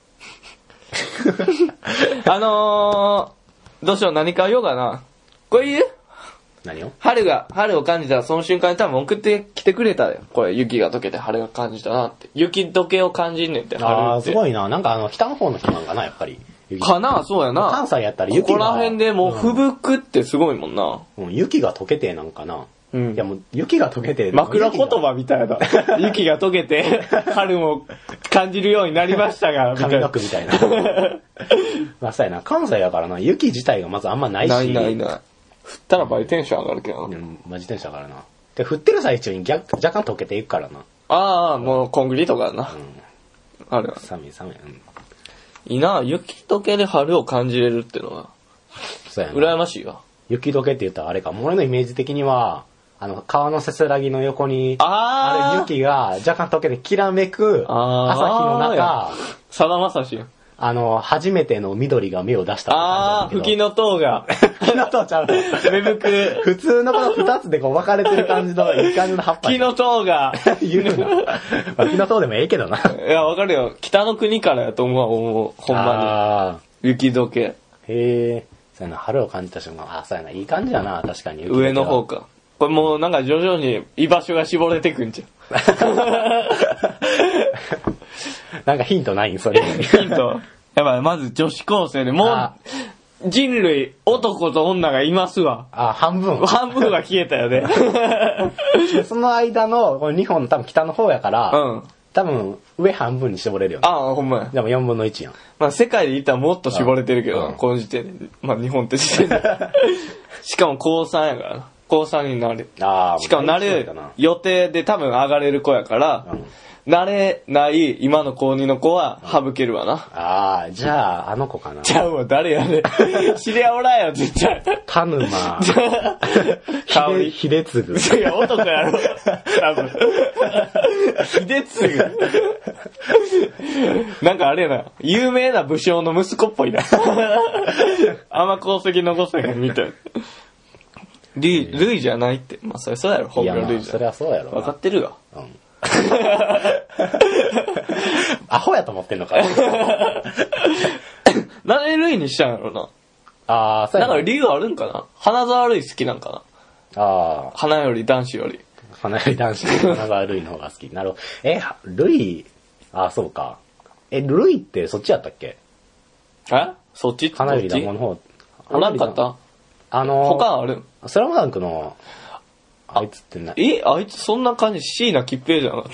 あのー、どうしよう、何か言おうかな。これ言う？ 何を？ 春が、春を感じたらその瞬間に多分送ってきてくれたよ。これ雪が溶けて春が感じたなって。雪溶けを感じんねんって。 あー、すごいな。なんかあの、北の方の人なんかな、やっぱり。 かな、そうやな。 関西やったら雪が。 ここら辺でもう吹雪ってすごいもんな。 うん、雪が溶けてなんかな。うん。いやもう雪が溶けて。 枕言葉みたいな。雪が溶けて、春も感じるようになりましたが、 みたいな。髪の毛みたいな。まあそうやな、関西やからな、雪自体がまずあんまないし。 ないないない。降ったら倍テンション上がるけどな。 うん、マジテンション上がるな。で、降ってる最中に逆若干溶けていくからな。 ああ、もうコンクリートがな。うん。あるわ。 寒い寒い。うん。 いいな、雪解けで春を感じれるってのは。 そうやな。 羨ましいわ。 雪解けって言ったらあれか、俺のイメージ的には、あの、川のせせらぎの横に、ある雪が若干溶けてきらめく朝日の中、 さだまさし。 あの、初めての緑が芽を出したって感じだけど。 ああ、吹きの塔が。 吹きの塔ちゃうの。 芽吹く。 普通のこの二つでこう分かれてる感じの、いい感じの葉っぱ。 吹きの塔が。 言うな。吹きの塔でもええけどな。 いや、わかるよ。北の国からやと思う、思うほんまに。雪解け。 へえ。そうやな、春を感じた瞬間、あ、そうやな、いい感じやな、確かに。 上の方か。これもうなんか徐々に居場所が絞れてくんじゃん。 なんかヒントないんそれ。 ヒント。やばい、まず女子高生で、もう人類、男と女がいますわ。 あ、半分。 半分は消えたよね。 その間の、この日本の多分北の方やから、うん、多分上半分に絞れるよね。 ああ、ほんまや。 でもよんぶんのいちやん。 まあ世界で言ったらもっと絞れてるけど、うん、この時点で。まあ日本って時点で。しかも高さんやからな。高さんになる。ああ、しかもなる予定で多分上がれる子やから、うん、なれない今の高にの子は省けるわな。 ああ、じゃああの子かな。 じゃあもう誰やねん。知り合おらんよ、絶対。 田沼。 香り。 秀次。 いや、男やろ。多分。秀次。なんかあれやな、有名な武将の息子っぽいな。あんま功績残せへんみたいな。ルイ、ルイじゃないって。まあそれそうやろ、本名ルイじゃない。いや、 それはそうやろ。 分かってるわ。うん。 アホやと思ってんのか。 なんでルイにしたんやろな。 ああ、そうやな。なんか理由あるんかな。花沢ルイ好きなんかな。ああ。花より男子より。 花より男子。花沢ルイの方が好き。なるほど。え、ルイ、ああ、そうか。え、ルイってそっちやったっけ？ え？そっちって花より団子の方。 おらんかった？あのー、他ある？ スラムダンクの、あいつってなえ、あいつそんな感じ、椎名桔平じゃなか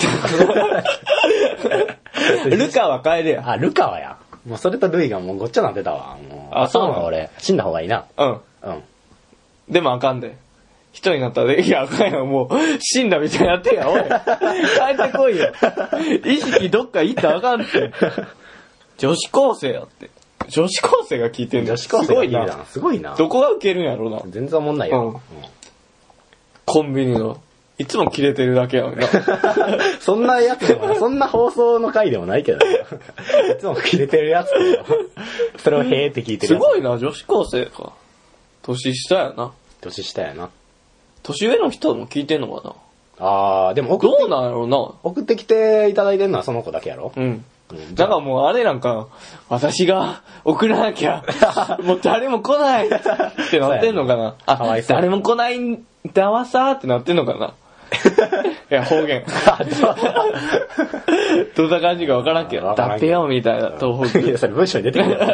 ったルカは帰れや。 あ、ルカはや。もうそれとルイがもうごっちゃなってたわ。もうあ、そうなの俺。死んだ方がいいな。 うん。うん。でもあかんで。人になったら、いや、あかんよ、もう、死んだみたいになってや、おい。帰ってこいよ。意識どっか行ったらあかんって。 女子高生やって。女子高生が聞いてんの。 女子高生が聞いてたの。すごいな。 どこがウケるんやろうな。 全然おもんないよ。うん。 コンビニの。いつも切れてるだけやんな。 そんなやつでも、そんな放送の回でもないけど、いつも切れてるやつそれをへーって聞いてるやつ。すごいな、女子高生か。年下やな。 年下やな。 年上の人も聞いてんのかな。 あー、でも送って、どうなんやろうな。 送ってきていただいてるのはその子だけやろ。 うん。だからもうあれなんか、私が送らなきゃ、もう誰も来ないってなってんのかな。あ、かわいそう。誰も来ないんだわさーってなってんのかな。いや、方言。どんな感じかわからんけど、だってよみたいな東北。 いや、それ文章に出てくる。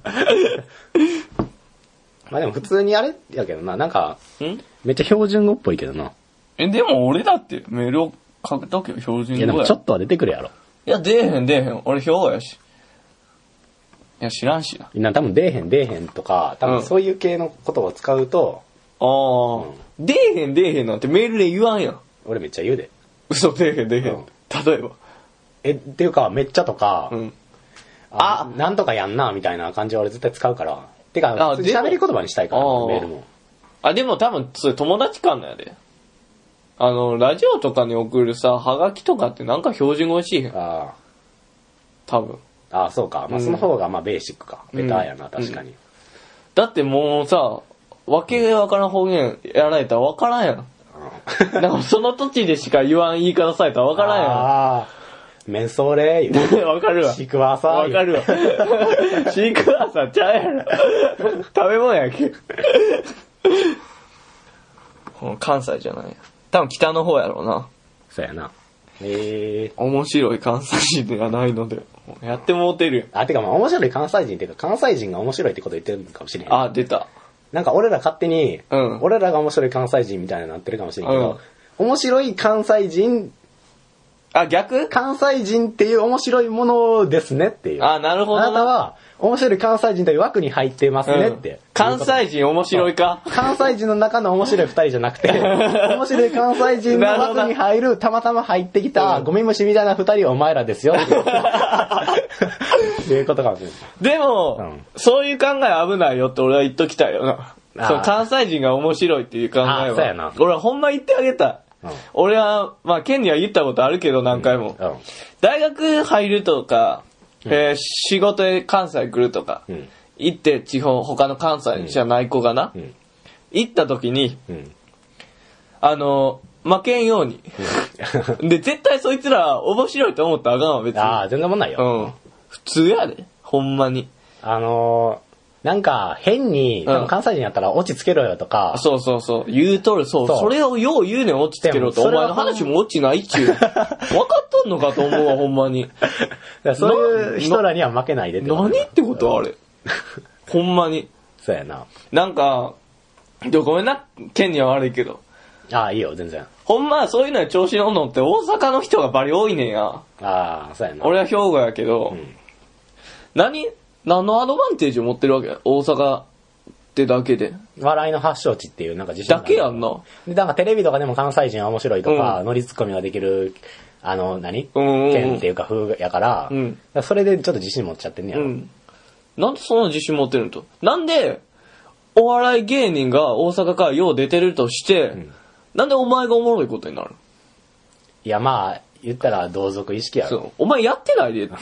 まあでも普通にあれやけどな、なんか、んめっちゃ標準語っぽいけどな。 え、でも俺だってメールを書くときは標準語や。いや、 でもちょっとは出てくるやろ。 いや、出えへん出えへん。俺兵庫やし。いや、知らんしな。 みんな多分出えへん出えへんとか、多分そういう系の言葉を使うと、 うん、ああ、うん、出えへん出えへんなんてメールで言わんやん。 俺めっちゃ言うで。 嘘、出えへん出えへん。うん、例えば。 え、っていうか、めっちゃとか、 うん、 あ、あなんとかやんな、みたいな感じは俺絶対使うから。てか、喋り言葉にしたいから、メールも。 あ、でも多分、それ友達間なんやで。あの、ラジオとかに送るさ、ハガキとかってなんか標準語らしいへん。ああ。多分。 ああ、そうか。まあ、その方がまあベーシックか。ベターやな、確かに。 だってもうさ、わけわからん方言やられたらわからんやん。なんかその土地でしか言わん言い方されたらわからんやん。ああ。 メンソーレーわかるわ。 シークワーサー。 わかるわ。シークワーサーちゃうやろ。食べ物やんけ。関西じゃないや。多分北の方やろうな。 そうやな。へえー。 面白い関西人ではないので、やってもうてるよ。 あ、てかまあ面白い関西人っていうか関西人が面白いってこと言ってるのかもしれへん。 あ、出た。 なんか俺ら勝手に、 うん、 俺らが面白い関西人みたいになってるかもしれんけど、うん、面白い関西人、 あ、逆？ 関西人っていう面白いものですねっていう。 あ、なるほど。 あなたは、面白い関西人という枠に入ってますねって。うん、 関西人面白いか？ 関西人の中の面白い二人じゃなくて、面白い関西人の枠に入る、たまたま入ってきた、ゴミ虫みたいな二人はお前らですよ。っていうことかもしれない。 でも、うん、そういう考え危ないよって俺は言っときたいよな。そう関西人が面白いっていう考えは。 そうやな。 俺はほんま言ってあげたい。うん、俺は、まあ、ケンには言ったことあるけど何回も。うんうん、大学入るとか、えー、仕事で関西来るとか、うん、行って地方、他の関西じゃない子がな、うん、行った時に、うん、あの、負けんように。うん、で、絶対そいつら面白いと思ったらあかんわ、別に。 ああ、全然もんないよ。 うん。普通やで、ほんまに。 あのー、なんか、変に、多分関西人やったら、オチつけろよとか、 うん。そうそうそう。言うとる、そう。そ, それをよう言うねん、オチつけろと。お前の話もオチないっちゅう。分かっとんのかと思うわ、ほんまに。 そういう人らには負けないでって。 何ってことあれ。ほんまに。 そうやな。 なんか、でもごめんな、県には悪いけど。 ああ、いいよ、全然。 ほんま、そういうのに調子乗んのって大阪の人がバリ多いねんや。 ああ、そうやな。 俺は兵庫やけど、うん、何何のアドバンテージを持ってるわけ大阪ってだけで。 笑いの発祥地っていうなんか自信だけやんな。 で、なんかテレビとかでも関西人は面白いとか、うん、ノリツッコミができる、あの、何、うんうんうん、県っていうか風やから、うん、からそれでちょっと自信持っちゃってんねやろ、うん。 なんでそんな自信持ってるのと。なんで、お笑い芸人が大阪からよう出てるとして、うん、なんでお前がおもろいことになる？ いや、まあ、言ったら同族意識やろ。そう。 お前やってないでって。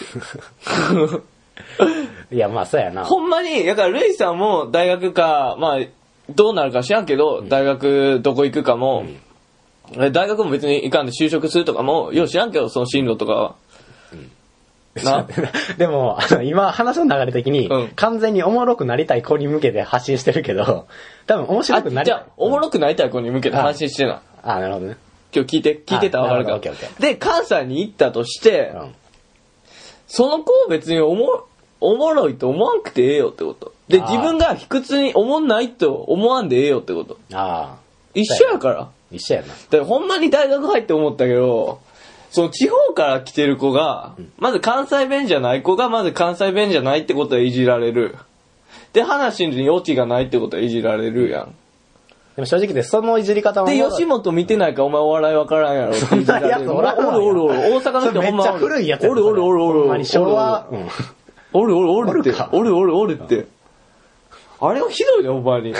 いや、まあ、そうやな。 ほんまに、だから、ルイさんも大学か、まあ、どうなるか知らんけど、うん、大学どこ行くかも、うん、大学も別に行かんで就職するとかも、よう知らんけど、その進路とかは。 うん、なでも、あの、今、話の流れ的に、うん、完全におもろくなりたい子に向けて発信してるけど、多分面白くなりたい。じゃあ、 おもろくなりたい子に向けて発信してない。 ああ、なるほどね。 今日聞いて、聞いてたらわかるから。で、関西に行ったとして、うん、その子を別におも、おもろいと思わんくてええよってこと。で、自分が卑屈に思んないと思わんでええよってこと。 ああ。 一緒やから。 一緒やな。 で、ほんまに大学入って思ったけど、その地方から来てる子が、うん、まず関西弁じゃない子がまず関西弁じゃないってことはいじられる。で、話にオチがないってことはいじられるやん。 でも正直でそのいじり方も。 で、吉本見てないからお前お笑いわからんやろっていじられる。おるおるおる、大阪の人ほんま。 めっちゃ古いやつやおるおるおるおる。 昭和。うん。 おるおるおるって。おるおるおるって。あれはひどいね、お前に。い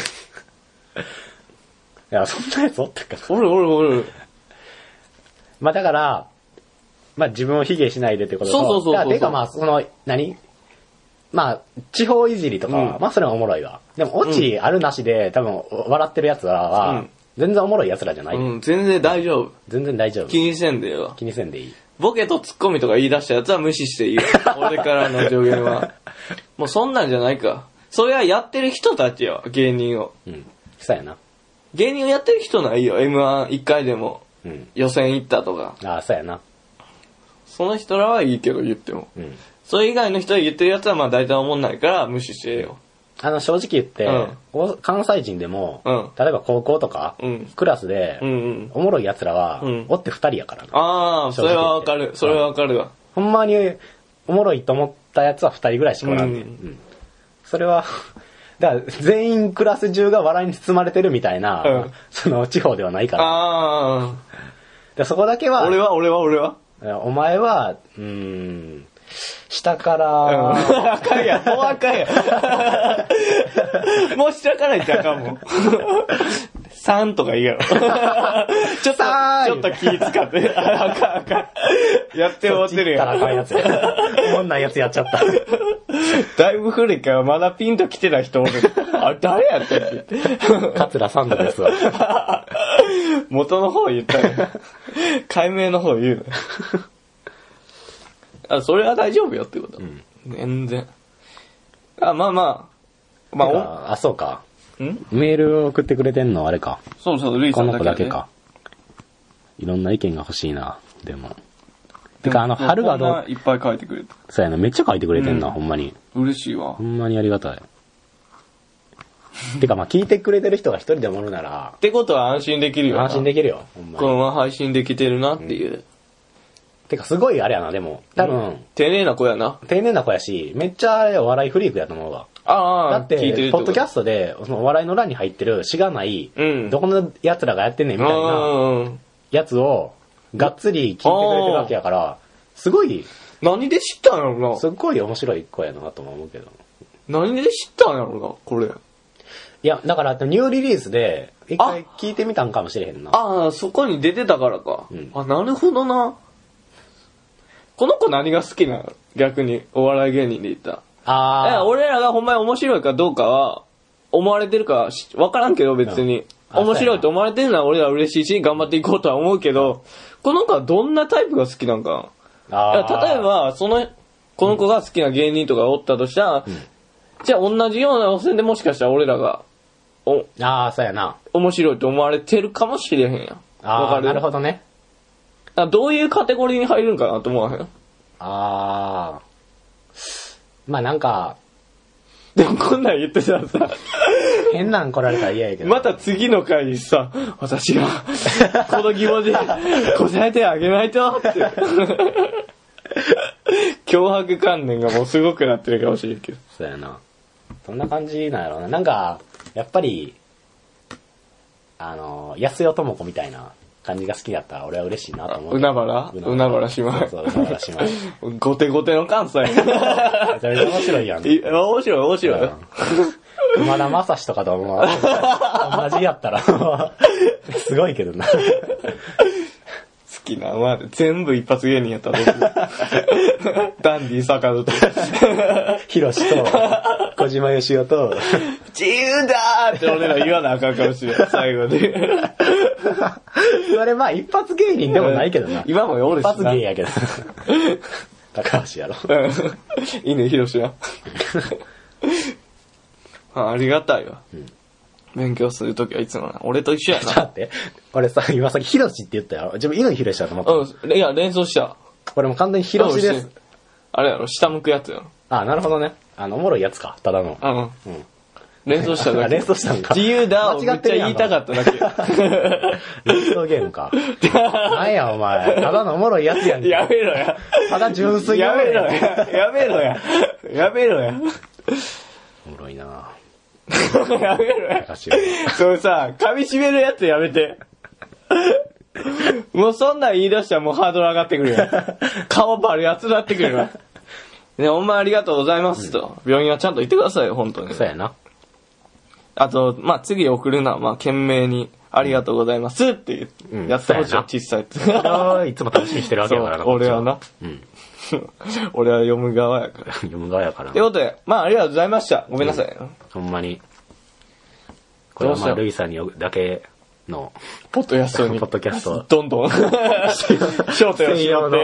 や、そんなやつおったか。 おるおるおる。 まあだから、まあ自分を卑下しないでってことと。 そうそうそうそう。 てかまあ、その、何まあ、地方いじりとか、うん、まあそれはおもろいわ。でも、オチあるなしで、うん、多分、笑ってる奴らは、全然おもろい奴らじゃない。 うん、全然大丈夫。 全然大丈夫。 気にせんでよ。 気にせんでいい。 ボケとツッコミとか言い出したやつは無視していいよ。俺からの助言は。もうそんなんじゃないか。それはやってる人たちよ、芸人を。 うん。そうやな。 芸人をやってる人ないよ、エムワンいっかいでも。うん。予選行ったとか。 ああ、そうやな。 その人らはいいけど言っても。うん。それ以外の人が言ってるやつはまあ大体思んないから無視してよ。 あの、正直言って、うん、関西人でも、うん、例えば高校とか、うん、クラスで、うんうん、おもろい奴らは、うん、おって二人やからな。 ああ、それはわかる。それはわかるわ。 ほんまに、おもろいと思ったやつは二人ぐらいしかおらんねん。うんうん、それは、だから全員クラス中が笑いに包まれてるみたいな、うん、その地方ではないから。 ああ。そこだけは、 俺は、俺は、俺は。 お前は、うーん、下から、うん、 あかんやん、もうあかんやん。もう下から言ってあかんもん。さんとかいいやろ。ちょっと、ちょっと気使って。あかんあかん。やって終わってるやん。 あかんやつや。おもんないやつやっちゃった。 だいぶ古いからまだピンと来てない人おる。あ、誰やったっけ桂サンドですわ。 元の方言ったら、解明の方言うの。あ、それは大丈夫よってこと。うん、全然。あ、まあまあ。まあ、あ、そうか。んメール送ってくれてんのあれか。 そうそう、ルイさんだけ、ね。 この子だけか。いろんな意見が欲しいな、でも。てか、あの、春がどういっぱい書いてくれた。 そうやな、めっちゃ書いてくれてんな、うん、ほんまに。 嬉しいわ。 ほんまにありがたい。てか、まあ聞いてくれてる人が一人でもおるなら。 ってことは安心できるよ。 安心できるよ、ほんまに。 このまま配信できてるなっていう。うんてかすごいあれやな、でも。多分、うん、 丁寧な子やな。 丁寧な子やし、めっちゃお笑いフリークやと思うわ。 ああ、 だって、聞いてるポッドキャストで、そのお笑いの欄に入ってるしがない、うん、どこの奴らがやってんねんみたいなやつを、がっつり聞いてくれてるわけやから、すごい、 何で知ったんやろな。 すっごい面白い子やなと思うけど。 何で知ったんやろな、これ。いや、だからニューリリースで、一回聞いてみたんかもしれへんな。 ああ、そこに出てたからか。うん、あ、なるほどな。この子何が好きなの？逆に、お笑い芸人で言ったら。ああ。俺らがほんまに面白いかどうかは、思われてるかわからんけど別に。うん、面白いと思われてるのは俺ら嬉しいし、頑張っていこうとは思うけど、この子はどんなタイプが好きなんかな。例えば、その、この子が好きな芸人とかおったとしたら、うん、じゃあ同じような路線でもしかしたら俺らが、 お、ああ、そうやな。 面白いと思われてるかもしれへんやん。 ああ、なるほどね。 どういうカテゴリーに入るんかなと思わへん？ああ。まあなんか。 でもこんなん言ってたらさ。 変なん来られたら嫌やけど。 また次の回にさ、私がこの疑問で答えてあげないとって。脅迫観念がもうすごくなってるかもしれんけど。 そうやな。そんな感じなんやろうな。なんか、やっぱり、あの、安代智子みたいな。感じが好きだったら俺は嬉しいなと思う。 海原海原姉妹。 そうそう、海原姉妹。 ゴテゴテの関西。めちゃめちゃ面白いやん。 面白い、面白い。 熊田正史とかと思う。同じやったら、すごいけどな。好きな、まあ、全部一発芸人やったらダンディ坂戸と。 ヒロシと、小島よしおと、 自由だーって俺ら言わなあかんかもしれない、最後で。 それまあ一発芸人でもないけどな。 今もおるしな。 一発芸やけど。高橋やろ。 犬ひろしや。ありがたいわ。うん、勉強するときはいつもな。俺と一緒やな。 だって、俺さ、今さっきひろしって言ったよ。自分犬ひろしだと思った。 うん、いや、連想した。 俺も完全にひろしです。 あれやろ、下向くやつやろ。 あ、なるほどね。あの、おもろいやつか、ただの。 うん。うん。連想しただけ。 連想したんか。 自由だをめっちゃ言いたかっただけ。 連想ゲームか。なんやお前。ただのおもろいやつやんけ。 やめろや。 ただ純粋やめろや。やめろや。やめろや。 おもろいなやめろや。それさ、噛み締めるやつやめて。もうそんなん言い出したらもうハードル上がってくるよ。顔バルやつなってくるよ。 ね、ほんまありがとうございますと。うん、病院はちゃんと行ってくださいよ、本当に。 そうやな。 あと、まあ、次送るのは、まあ、懸命に、ありがとうございますって言って、うん、やってほしいよ、小さいって。 それはいつも楽しみにしてるわけだからな。 俺はな。うん。俺は読む側やから。 読む側やからな。 ということで、まあ、ありがとうございました。ごめんなさい。うん、 ほんまに。これはまあ、ルイさんにだけの、 ポッドキャストに、 ポッドキャスト。 どんどん、焦点を絞って。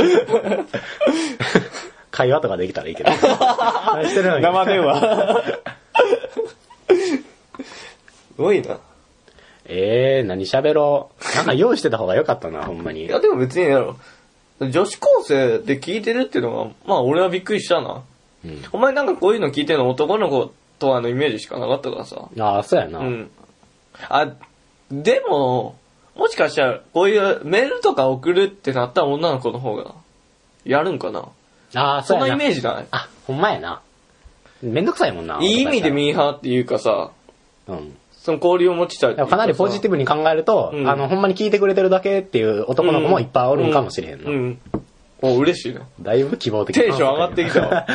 会話とかできたらいいけど。 何してるのに。生電話。すごいな。 えー、何喋ろう。なんか用意してた方が良かったな、ほんまに。 いや、でも別にやろ。女子高生で聞いてるっていうのは、まあ俺はびっくりしたな。うん、お前なんかこういうの聞いてるの男の子とはのイメージしかなかったからさ。 ああ、そうやな。 うん。あ、でも、もしかしたらこういうメールとか送るってなったら女の子の方がやるんかな。 ああ、そうやな。 そんなイメージない？ あ、ほんまやな。めんどくさいもんな。 いい意味でミーハーっていうかさ、うん。その交流を持ちたい。 かなりポジティブに考えると、うん、あの、ほんまに聞いてくれてるだけっていう男の子もいっぱいおるんかもしれへんな。うん。うんうん、お、嬉しいな。 だいぶ希望的テンション上がってきたわ。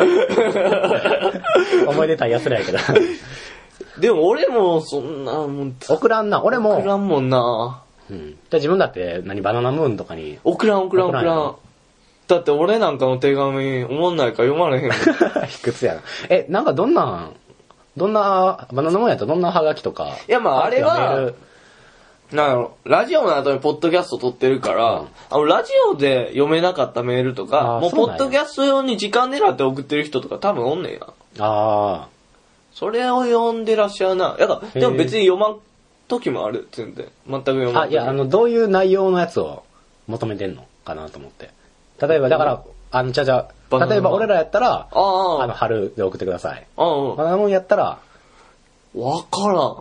思い出たら安らやけど。 でも俺もそんなもん。 送らんな、俺も。 送らんもんな。 うん。じゃあ自分だって何バナナムーンとかに。 送らん送らん送らん。だって俺なんかの手紙思んないから読まれへんもん。 卑屈やな。え、なんかどんな、どんな、バナナムーンやったらどんなハガキとか。 いやまああれは、なんだろう、ラジオの後にポッドキャスト撮ってるから、うん、あのラジオで読めなかったメールとか、もうポッドキャスト用に時間狙って送ってる人とか多分おんねんや。ああ。それを読んでらっしゃるな。やだ、でも別に読まん時もある、全然。全く読まん。 あ、いや、あの、どういう内容のやつを求めてんのかなと思って。例えば、だから、あの、ちゃちゃ、例えば俺らやったら、ああの、春で送ってください。ああ。バナナムーンやったら、 わからん。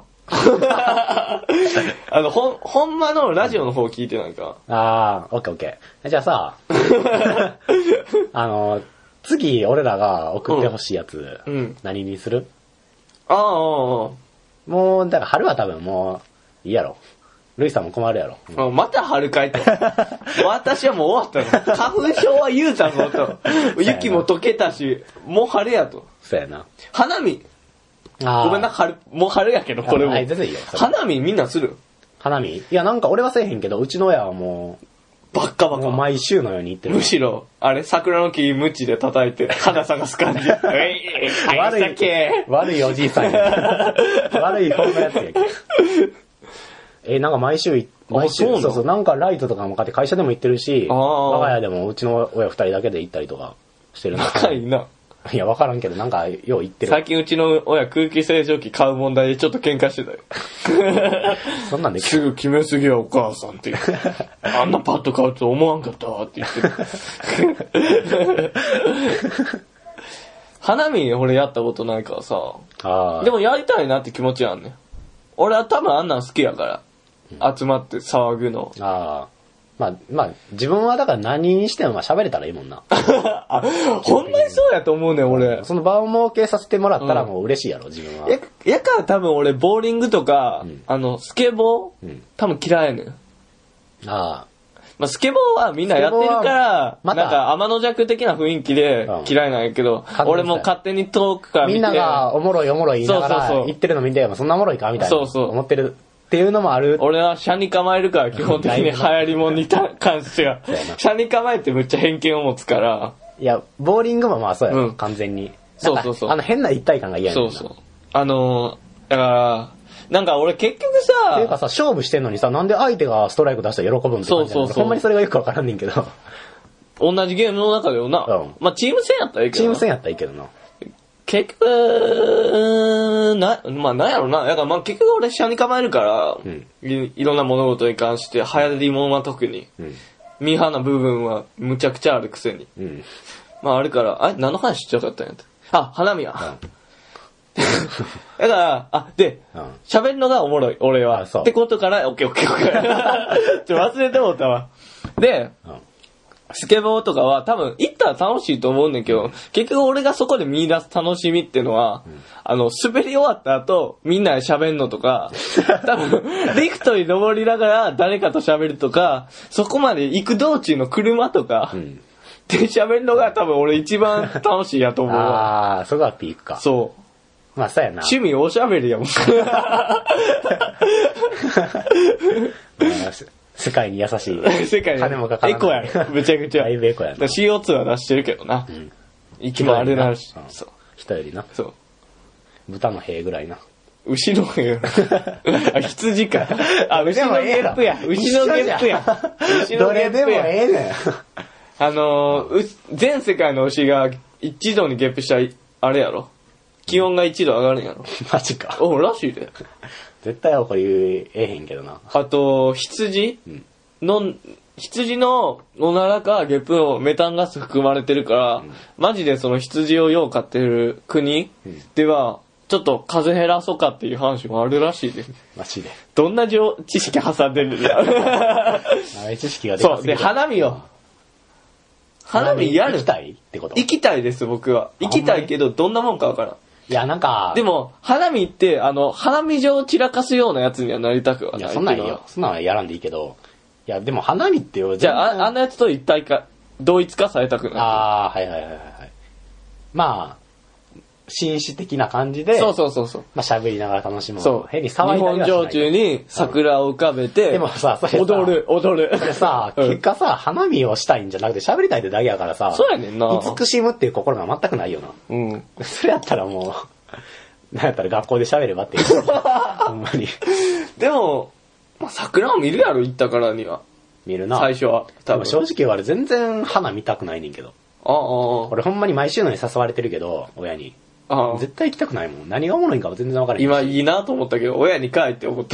あの、ほん、ほんまのラジオの方聞いてないか。 ああ、オッケーオッケー。じゃあさ、あの、次俺らが送ってほしいやつ、うん、何にする？ ああ、 もう、だから春は多分もう、いいやろ。ルイさんも困るやろ。 うん、また春かいと。私はもう終わったの。花粉症は言うたぞと。雪も溶けたし、もう春やと。 そうやな。 花見。ごめんな、春、もう春やけど、これも。 はい、全然いいよ。 花見みんなする？ 花見？いや、なんか俺はせえへんけど、うちの親はもう、 ばっかばっか。 もう毎週のように行ってる。 むしろ、あれ、桜の木ムチで叩いて、花探す感じ。悪い、 悪いおじいさんや。悪い方のやつやけど。え、なんか毎週、毎週、そうそう、なんかライトとかも買って会社でも行ってるし、我が家でもうちの親二人だけで行ったりとかしてるんだけど。 仲いいな。 いや、わからんけど、なんか、よう言ってる。 最近うちの親空気清浄機買う問題でちょっと喧嘩してたよ。 そんなんできすぐ決めすぎやお母さんって言って。あんなパッド買うと思わんかったわって言ってる。花見俺やったことないからさ。あでもやりたいなって気持ちあんねん。俺は多分あんなん好きやから。うん、集まって騒ぐの。 ああ。まあ、まあ、自分はだから何にしてもまあ喋れたらいいもんな。 あ、ほんまにそうやと思うねん、俺。 その場を設けさせてもらったらもう嬉しいやろ、自分は。 や、やから多分俺、ボーリングとか、うん、あの、スケボー、うん、多分嫌いやねん。ああ。まあ、スケボーはみんなやってるから、ま、なんか天の弱的な雰囲気で嫌いなんやけど、うん、俺も勝手に遠くから見て。 みんながおもろいおもろい言いながら言ってるの見て、そんなおもろいかみたいな。そうそう。思ってる。っていうのもある。 俺は車に構えるから基本的に流行り物に関しては。車に構えてめっちゃ偏見を持つから。 いや、ボーリングもまあそうやろ、うん、完全に。そうそうそう。あの変な一体感が嫌やねんな。そうそう。 あのー、だから、なんか俺結局さ。 っていうかさ、勝負してんのにさ、なんで相手がストライク出したら喜ぶんって感じ。そうそうそう。ほんまにそれがよくわからんねんけど。 同じゲームの中でもな。うん、まあチーム戦やったらいいけどな。 チーム戦やったらいいけどな。 結局、な、まあなんやろな。だからまあ結局俺車に構えるから、うん、い, いろんな物事に関して流行り物は特に、うん、ミーハーな部分はむちゃくちゃあるくせに。うん、まああるから、あれ何の話しちゃったんやって。あ、花見や。うん、だから、あ、で、喋、うん、るのがおもろい、俺は。ってことから、オッケーオッケーオッケー。ちょ、忘れてもうたわ。で、うんスケボーとかは多分行ったら楽しいと思うんだけど、結局俺がそこで見出す楽しみっていうのは、うん、あの、滑り終わった後、みんなで喋んのとか、多分、リフトに登りながら誰かと喋るとか、そこまで行く道中の車とか、うん、 って喋るのが多分俺一番楽しいやと思うわ。 ああ、そこがピークか。 そう。 まあ、そうやな。 趣味おしゃべりやもん。 世界に優しい。 世界に。 金もかからない。 エコやろ。めちゃくちゃ。 だいぶエコやな。 シーオーツー は出してるけどな。うん。息もあれなるし。 そう。人よりな。 そう。 豚の塀ぐらいな。 牛の塀。あ、羊か。あ、牛のゲップや。牛のゲップや。 牛のゲップや。どれでもええねん。 あのー、全世界の牛が一度にゲップしたら、あれやろ。気温が一度上がるんやろ。 マジか。 お、らしいで。 絶対これ言えへんけどな。 あと、羊の、うん、羊のおならかゲップのメタンガス含まれてるから、うん、マジでその羊をよう飼ってる国では、ちょっと風減らそうかっていう話もあるらしいで。 マジで。 どんな知識挟んでるんだよ。 知識がでかすぎる。 そう。で、花見を。花見やる。 行きたいってこと？ 行きたいです、僕は。行きたいけど、どんなもんかわからん。 いや、なんか。 でも、花見って、あの、花見場を散らかすようなやつにはなりたくはない。 いや、そんなんいいよ。そんなんはやらんでいいけど。いや、でも花見ってよ。 じゃあ、あ、あんなやつと一体化、同一化されたくない。 ああ、はいはいはいはい。まあ、紳士的な感じで。 そうそうそうそう。 まあ喋りながら楽しむ。 そう。 変に騒いだりはしない。 日本焼酎に桜を浮かべて。 でもさ、それ踊る、踊る。 それさ、結果さ、花見をしたいんじゃなくて喋りたいってだけやからさ。 そうやねんな。 慈しむっていう心が全くないよな。 うん。 それやったらもう、なんやったら学校で喋ればっていう。ほんまに。 でも、まあ、桜を見るやろ、行ったからには。 見るな。 最初は。 多分正直俺全然花見たくないねんけど。 ああ、ああ。 俺ほんまに毎週のように誘われてるけど、親に。ああ絶対行きたくないもん。何がおもろいんかも全然分からへん。 今いいなと思ったけど、親に帰って思った。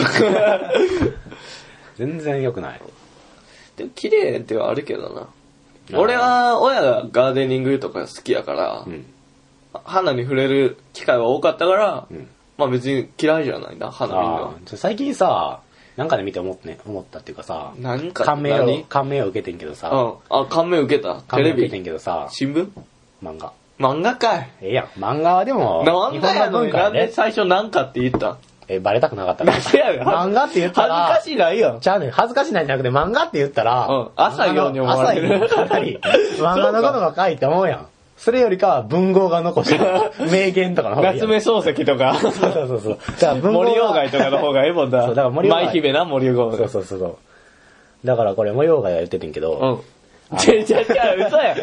全然良くない。 でも綺麗ってはあるけどな。俺は親がガーデニングとか好きやから、うん、花に触れる機会は多かったから、うん、まあ別に嫌いじゃないな、花見るの。 最近さ、なんかで見て思ってね、思ったっていうかさ、 何か感銘を、感銘を受けてんけどさ、 うん、あ、感銘受けたテレビ受けてんけどさ、 新聞漫画。 漫画かい。 ええやん。漫画はでも、 日本の文化やね。なんで最初なんかって言ったえ、バレたくなかったから。漫画って言ったら、 恥ずかしいないよ。 ちゃうねん。恥ずかしいないんじゃなくて、漫画って言ったら、 うん、浅いように思われる。 浅いかなり、漫画のことが書いて思うやん。それよりかは文豪が残した名言とかの方がいい。 夏目漱石とか。 そうそうそうそう。だから文豪森鴎外とかの方がええもんだ。そう、だから森鴎外。舞姫な、森鴎外。 そうそうそう。だからこれ森鴎外が言っててんけど、うん。 ちゃうちゃうちゃう、嘘や。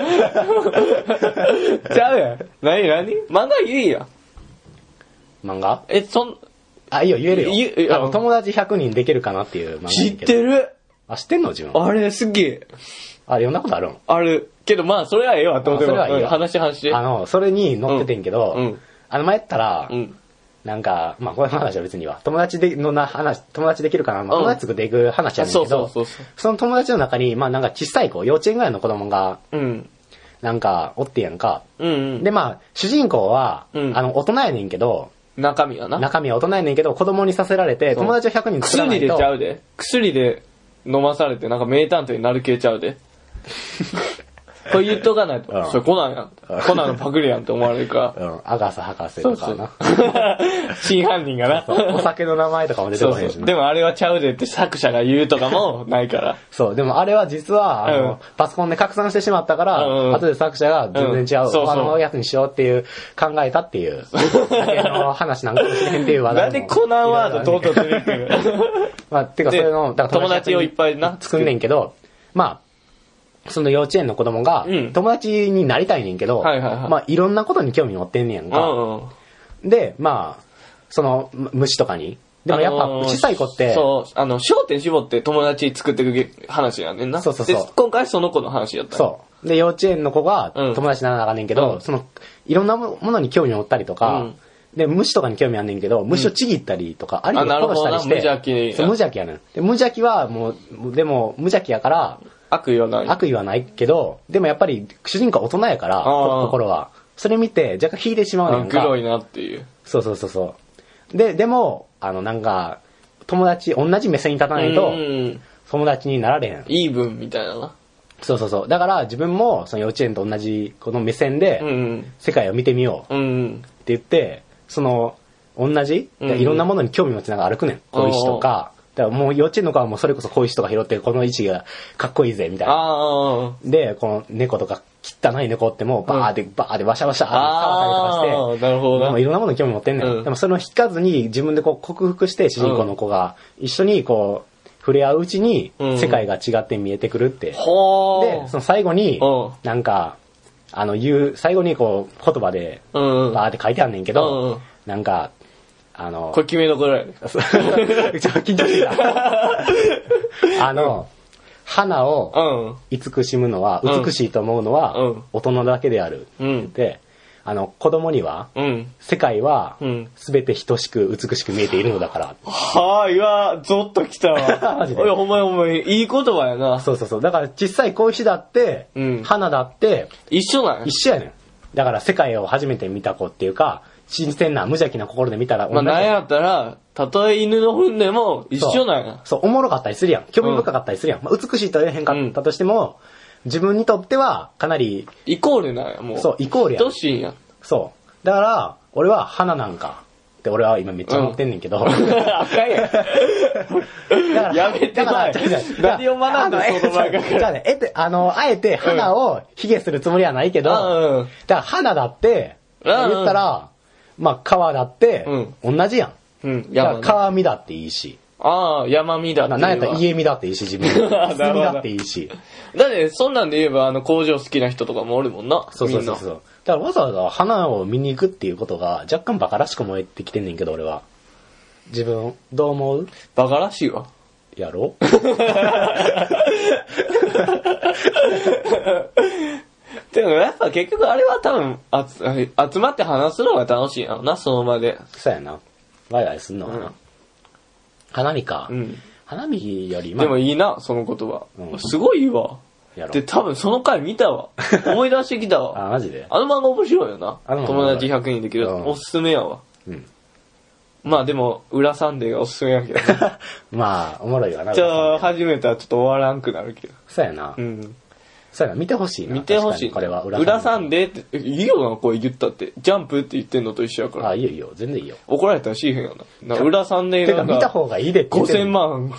ちゃうやん。なになに漫画いいやん。漫画え、そん、 あ、いいよ、言えるよ。言え、あの、友達ひゃくにんできるかなっていう漫画。 知ってる。 あ、知ってんの自分。 あれ、すげえ。 あれ、読んだことあるんある。けど、まあ、それはええわ、と思って。 それはいいよ。 話話。 あの、それに載っててんけど、うん。あの、前やったら、うん。なんか、まあ、こういう話は別には、友達でのな話、友達できるかな、まあ、友達作っていく話やねんけど、そうそうそう。その友達の中に、まあ、なんか小さい子、幼稚園ぐらいの子供が、うん。なんか、おってやんか。うんうん。で、まあ、主人公は、うん。あの、大人やねんけど、 中身はな。 中身は大人やねんけど、子供にさせられて、友達をひゃくにん作らないと。 薬でちゃうで。薬で飲まされて、なんか名探偵になる系ちゃうで。これ言っとかないと。うん、それコナンやん。コナンのパクリやんって思われるから。 うん。アガサ博士とかな。 真犯人がな。 お酒の名前とかも出てこないし、ね、 そうそう。でもあれはちゃうでって作者が言うとかもないから。 そう。でもあれは実は、あの、うん、パソコンで拡散してしまったから、うん、後で作者が全然違う、うん、他のやつにしようっていう、考えたっていう、だけの話なんかもしれへんっていう話題なんでコナンワードとうとう出てくるまあ、てかそれの、 だから友達をいっぱいな。 作んねんけど、まあ、その幼稚園の子供が、友達になりたいねんけど、はいはいはい、まあいろんなことに興味持ってんねやんか。うんうん、で、まあ、その、虫とかに。でもやっぱ小さい子って、 そう、あの、焦点絞って友達作っていく話やねんな。そうそうそう。で、今回その子の話やった。 そう。で、幼稚園の子が友達にならなあかんねんけど、うん、その、いろんなものに興味持ったりとか、うん、で、虫とかに興味あんねんけど、虫をちぎったりとか、うん、あるいは殺したりして、無邪気。 そう、無邪気やねん。で、無邪気はもう、でも無邪気やから、 悪意はない。 悪意はないけど、でもやっぱり主人公は大人やから、心は。それ見て若干引いてしまうねんか。 黒いなっていう。 そうそうそうそう。で、でも、あのなんか、友達、同じ目線に立たないと、友達になられへん。 イーブンみたいなな。 そうそうそう。だから自分もその幼稚園と同じこの目線で、世界を見てみようって言って、その、同じ、いろんなものに興味持ちながら歩くねん。砥石とか、 だからもう幼稚園の子はもうそれこそこういう人が拾ってこの位置がかっこいいぜみたいな。あで、この猫とか汚い猫ってもうバーってバーってワシャワシャーって触ったりとかして、 なるほど。 でもいろんなものに興味持ってんねん。うん、でもそれを引かずに自分でこう克服して主人公の子が一緒にこう触れ合ううちに世界が違って見えてくるって。うん、で、その最後になんか、あの言う、最後にこう言葉でバーって書いてあんねんけど、うんうん、なんか、あの、 これ決めどころやね。 ちょっと緊張してた。あの、花を慈しむのは、うん、美しいと思うのは、うん、大人だけである。うん、で、あの、子供には、うん、世界は、すべて等しく美しく見えているのだから。 はぁ、今、ゾッときたわ。マジで。いや、ほんまにほんまに、いい言葉やな。 そうそうそう。だから、小さい小石だって、うん、花だって、 一緒なんや。 一緒やねん。だから、世界を初めて見た子っていうか、新鮮な無邪気な心で見たら、 まあ、なんやったら、たとえ犬の糞でも一緒なんや。 そう、そうおもろかったりするやん。興味深かったりするやん。うんまあ、美しいと言えへんかったとしても、うん、自分にとっては、かなり、 イコールなんや、もう。 そう、イコールやん。 等しいんや。 そう。だから、俺は花なんか。って俺は今めっちゃ思ってんねんけど。うん、あかんやん。だからやめてない。何を学んでその前から。 じゃあね、えて、あの、あえて花を卑下するつもりはないけど、うん、だから花だって、言ったら、まあ川だって、同じやん。うん。山川見だっていいし。 ああ、山見だっていい。 なんやったら家見だっていいし、自分で。住だっていいし。 だって、そんなんで言えば、あの、工場好きな人とかもおるもんな。 そうそうそうそう。だからわざわざ花を見に行くっていうことが若干バカらしく燃えてきてんねんけど、俺は。自分、どう思う？ バカらしいわ。 やろでもやっぱ結局あれは多分あつ集まって話すのが楽しいんやろな、その場で。 そうやな。ワイワイすんのかな。うん、花見か。うん、花見より、 まあ、でもいいな、その言葉。うん、すごいいいわ。やろで、多分その回見たわ。思い出してきたわ。 あ、マジであの漫画面白いよな。友達ひゃくにんできる。うん、おすすめやわ。うん。まあでも、裏サンデーがおすすめやけど、ね。 まあ、おもろいわな。 じゃあ、始めたらちょっと終わらんくなるけど。 そうやな。うん。そうやな、見てほしいな。 見てほしい。 これは裏サンデー。裏サンデーって、いいよな、これ言ったって。ジャンプって言ってんのと一緒やから。 あ、いいよいいよ、全然いいよ。 怒られたらしいへんよな。な裏サンデーが。 てか見た方がいいでって言ってる。ごせんまん。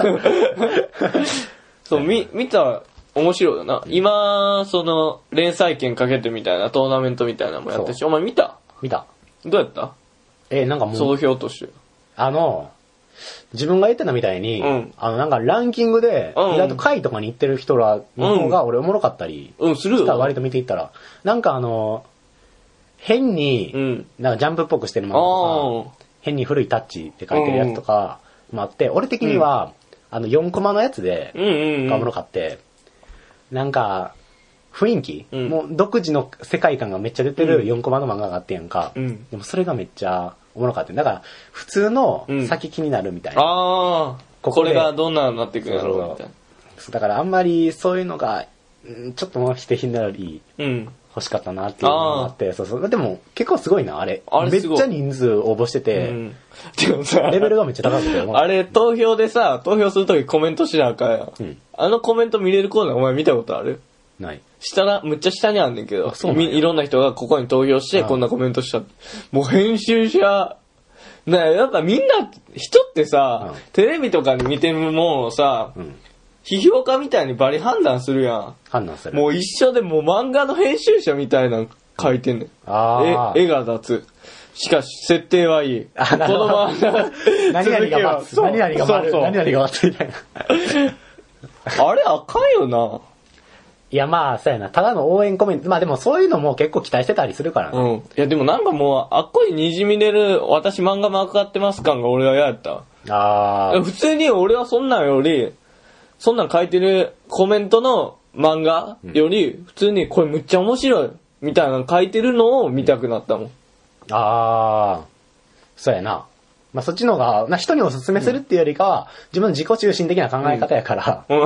そう、み、見た、面白いよな。今、その、連載権かけてみたいな、トーナメントみたいなのもやってし、お前見た？ 見た。 どうやった？ えー、なんかもう。 総評として。 あの、自分が言ってたみたいに、うん、あの、なんかランキングで、うん、意外と下位とかに行ってる人らの方が俺おもろかったり、 うん、するよ。 割と見ていったら、なんかあの、変に、うん、なんかジャンプっぽくしてる漫画とか、変に古いタッチって書いてるやつとかもあって、俺的には、うん、あの、よんコマのやつで、がおもろかって、なんか、雰囲気、うん、もう独自の世界観がめっちゃ出てるよんコマの漫画があってやんか、うん、でもそれがめっちゃおもろかった。だから普通の先気になるみたいな、うん、 ああこ, これがどんなのになっていくんだろうみたいな。 だからあんまりそういうのがちょっともうしてひんなり欲しかったなっていうのがあって、うん、そうそうでも結構すごいなあれ。あれめっちゃ人数応募してて、うん、でもさレベルがめっちゃ高くてあれ投票でさ投票するときコメントしなあかんやん、うん、あのコメント見れるコーナーお前見たことある？ ない。 下な、むっちゃ下にあんねんけど、いろんな人がここに投票してこんなコメントしちゃって。もう編集者、なやっぱみんな、人ってさ、うん、テレビとかに見てるものをさ、うん、批評家みたいにバリ判断するやん。 判断する。 もう一緒でもう漫画の編集者みたいなの書いてんねん。あ絵、絵が立つ。しかし、設定はいい。 あ、このまま、何々が待つ。何々が待つ。何々が待つみたいな。 あれあかんよな。 いやまあそうやな、ただの応援コメント、まあでもそういうのも結構期待してたりするからな。うん。いやでもなんかもう、あっこに滲み出る、私漫画漫画ってます感が俺は嫌やった。ああ。普通に俺はそんなんより、そんなん書いてるコメントの漫画より、普通にこれむっちゃ面白い、みたいなの書いてるのを見たくなったもん。うん、 ああ。そうやな。まあそっちの方が、な人におすすめするっていうよりかは、自分の自己中心的な考え方やから、うん、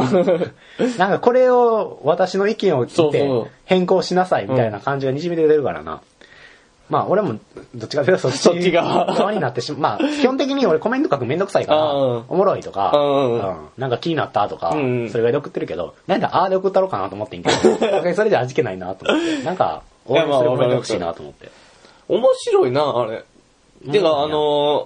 なんかこれを私の意見を聞いて変更しなさいみたいな感じがにじみ出てるからな。うん、まあ俺もどっちかというとそっち側になってしまう。まあ基本的に俺コメント書くめんどくさいから、おもろいとか、うんうん、なんか気になったとか、うん、それぐらいで送ってるけど、なんだあーで送ったろうかなと思ってんけど、それじゃ味気ないなと思って、なんか応援するコメント欲しいなと思って。 面白いな、あれ。てか、あのー、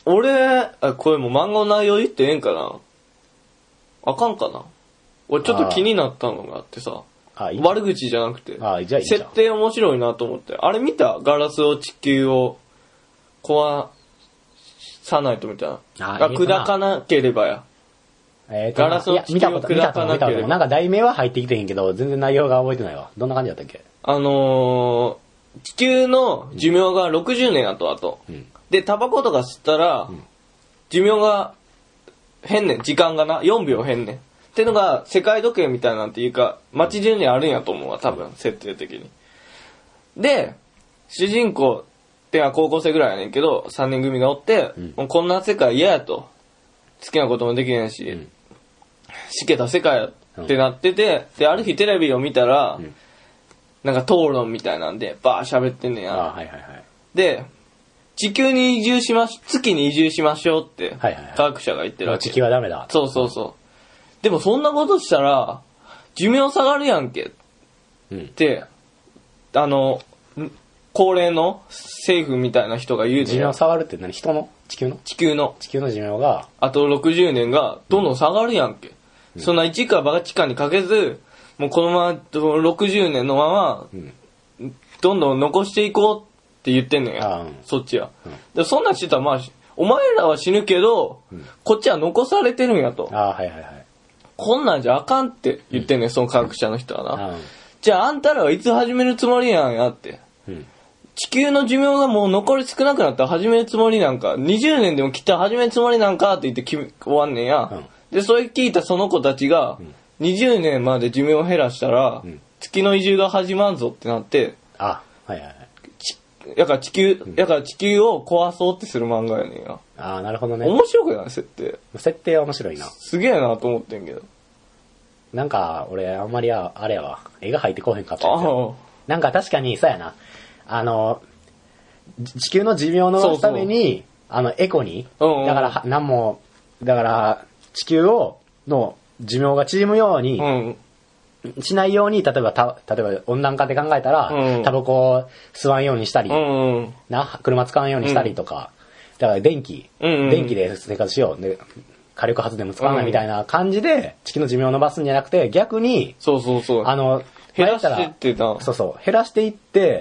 俺、あ、これもう漫画の内容言ってええんかな？あかんかな？俺ちょっと気になったのがあってさ、あいい悪口じゃなくて、 あいいじゃん設定面白いなと思って。あれ見た？ガラスを地球を壊さないとみたいな。あ、砕かなければや。 えーと、ガラスを地球を砕かなければ。なんか題名は入ってきてへんけど、全然内容が覚えてないわ。どんな感じだったっけ？ あのー、地球の寿命がろくじゅうねん後々。うん、で、タバコとか吸ったら、うん、寿命が変ねん。時間がな、よんびょう変ねん。ってのが、世界時計みたいなんていうか、街中にあるんやと思うわ、多分、設定的に。で、主人公っては高校生ぐらいやねんけど、さんにん組がおって、うん、もうこんな世界嫌やと。好きなこともできへんし、うん、しけた世界やってなってて、で、ある日テレビを見たら、うん、なんか討論みたいなんで、バー喋ってんねんや。 あ、はいはいはい、 で、地球に移住しまし、月に移住しましょうって、科学者が言ってるわけ。 地球はダメだ。 そうそうそう。でもそんなことしたら、寿命下がるやんけ。うん、って、あの、高齢の政府みたいな人が言う寿命下がるって何？人の？地球の？ 地球の。 地球の寿命が。 あとろくじゅうねんがどんどん下がるやんけ。うん、そんないちかばちかにかけず、もうこのままろくじゅうねんのまま、うん、どんどん残していこうって言ってんねんや。うん、そっちは、うん。でそんなんしてたらまあ、お前らは死ぬけど、うん、こっちは残されてるんやと。 あ、はいはいはい。 こんなんじゃあかんって言ってんねん、その科学者の人はな。うん、じゃああんたらはいつ始めるつもりやんやって。うん地球の寿命がもう残り少なくなったら始めるつもりなんか、にじゅうねんでもきっと始めるつもりなんかって言って終わんねんや。うん、で、それ聞いたその子たちが、にじゅうねんまで寿命を減らしたら、うん、月の移住が始まんぞってなって、 あ、はいはいはい。 やから地球、うん、やから地球を壊そうってする漫画やねんや。 ああ、なるほどね。 面白くない設定。 設定は面白いな。 すげえなと思ってんけど。 なんか、俺あんまりあれやわ。絵が入ってこへんかったんですよ。なんか確かに、そうやな。あの、地球の寿命のために、そうそうあの、エコに、うんうん、だから、なんも、だから、地球を、の寿命が縮むように、うん、しないように、例えば、た、例えば温暖化って考えたら、うん、タバコを吸わんようにしたり、うんうん、な、車使わんようにしたりとか、うん、だから電気、うんうん、電気で生活しよう。で火力発電も使わないみたいな感じで、地球の寿命を伸ばすんじゃなくて、逆に、 そうそうそう。 あの、 減らしていってた。 そうそう。減らしていって、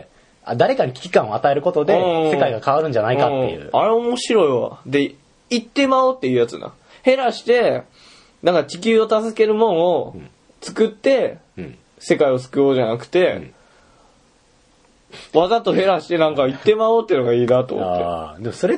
誰かに危機感を与えることで世界が変わるんじゃないかっていう。 あれ面白いわ。で、行ってまおうっていうやつな。減らして、なんか地球を助けるもんを作って、うん、世界を救おうじゃなくて、うん、わざと減らしてなんか行ってまおうっていうのがいいなと思って。 ああ、でもそれって、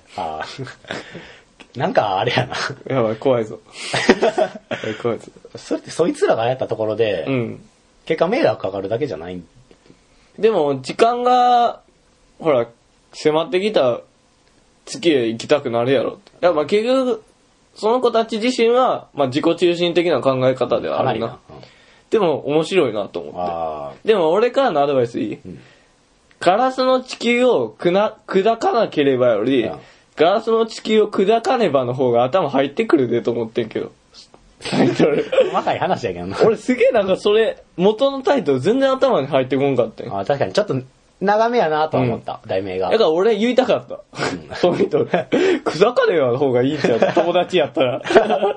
あなんかあれやな。 やばい、怖いぞ。怖いぞ。 それってそいつらがやったところで、うん、結果迷惑かかるだけじゃない。 でも、時間が、ほら、迫ってきた月へ行きたくなるやろって。やっぱ結局、その子たち自身は、まあ自己中心的な考え方ではあるな。なうん、でも、面白いなと思って。でも、俺からのアドバイスいい、うん、ガラスの地球をくな砕かなければより、うん、ガラスの地球を砕かねばの方が頭入ってくるでと思ってんけど。タイトル。 細かい話やけどな。 俺すげえなんかそれ、元のタイトル全然頭に入ってこんかったよ。 あ、確かにちょっと長めやなと思った、うん、題名が。 だから俺言いたかった。うん、そういう人、砕かねばの方がいいんちゃう友達やったら。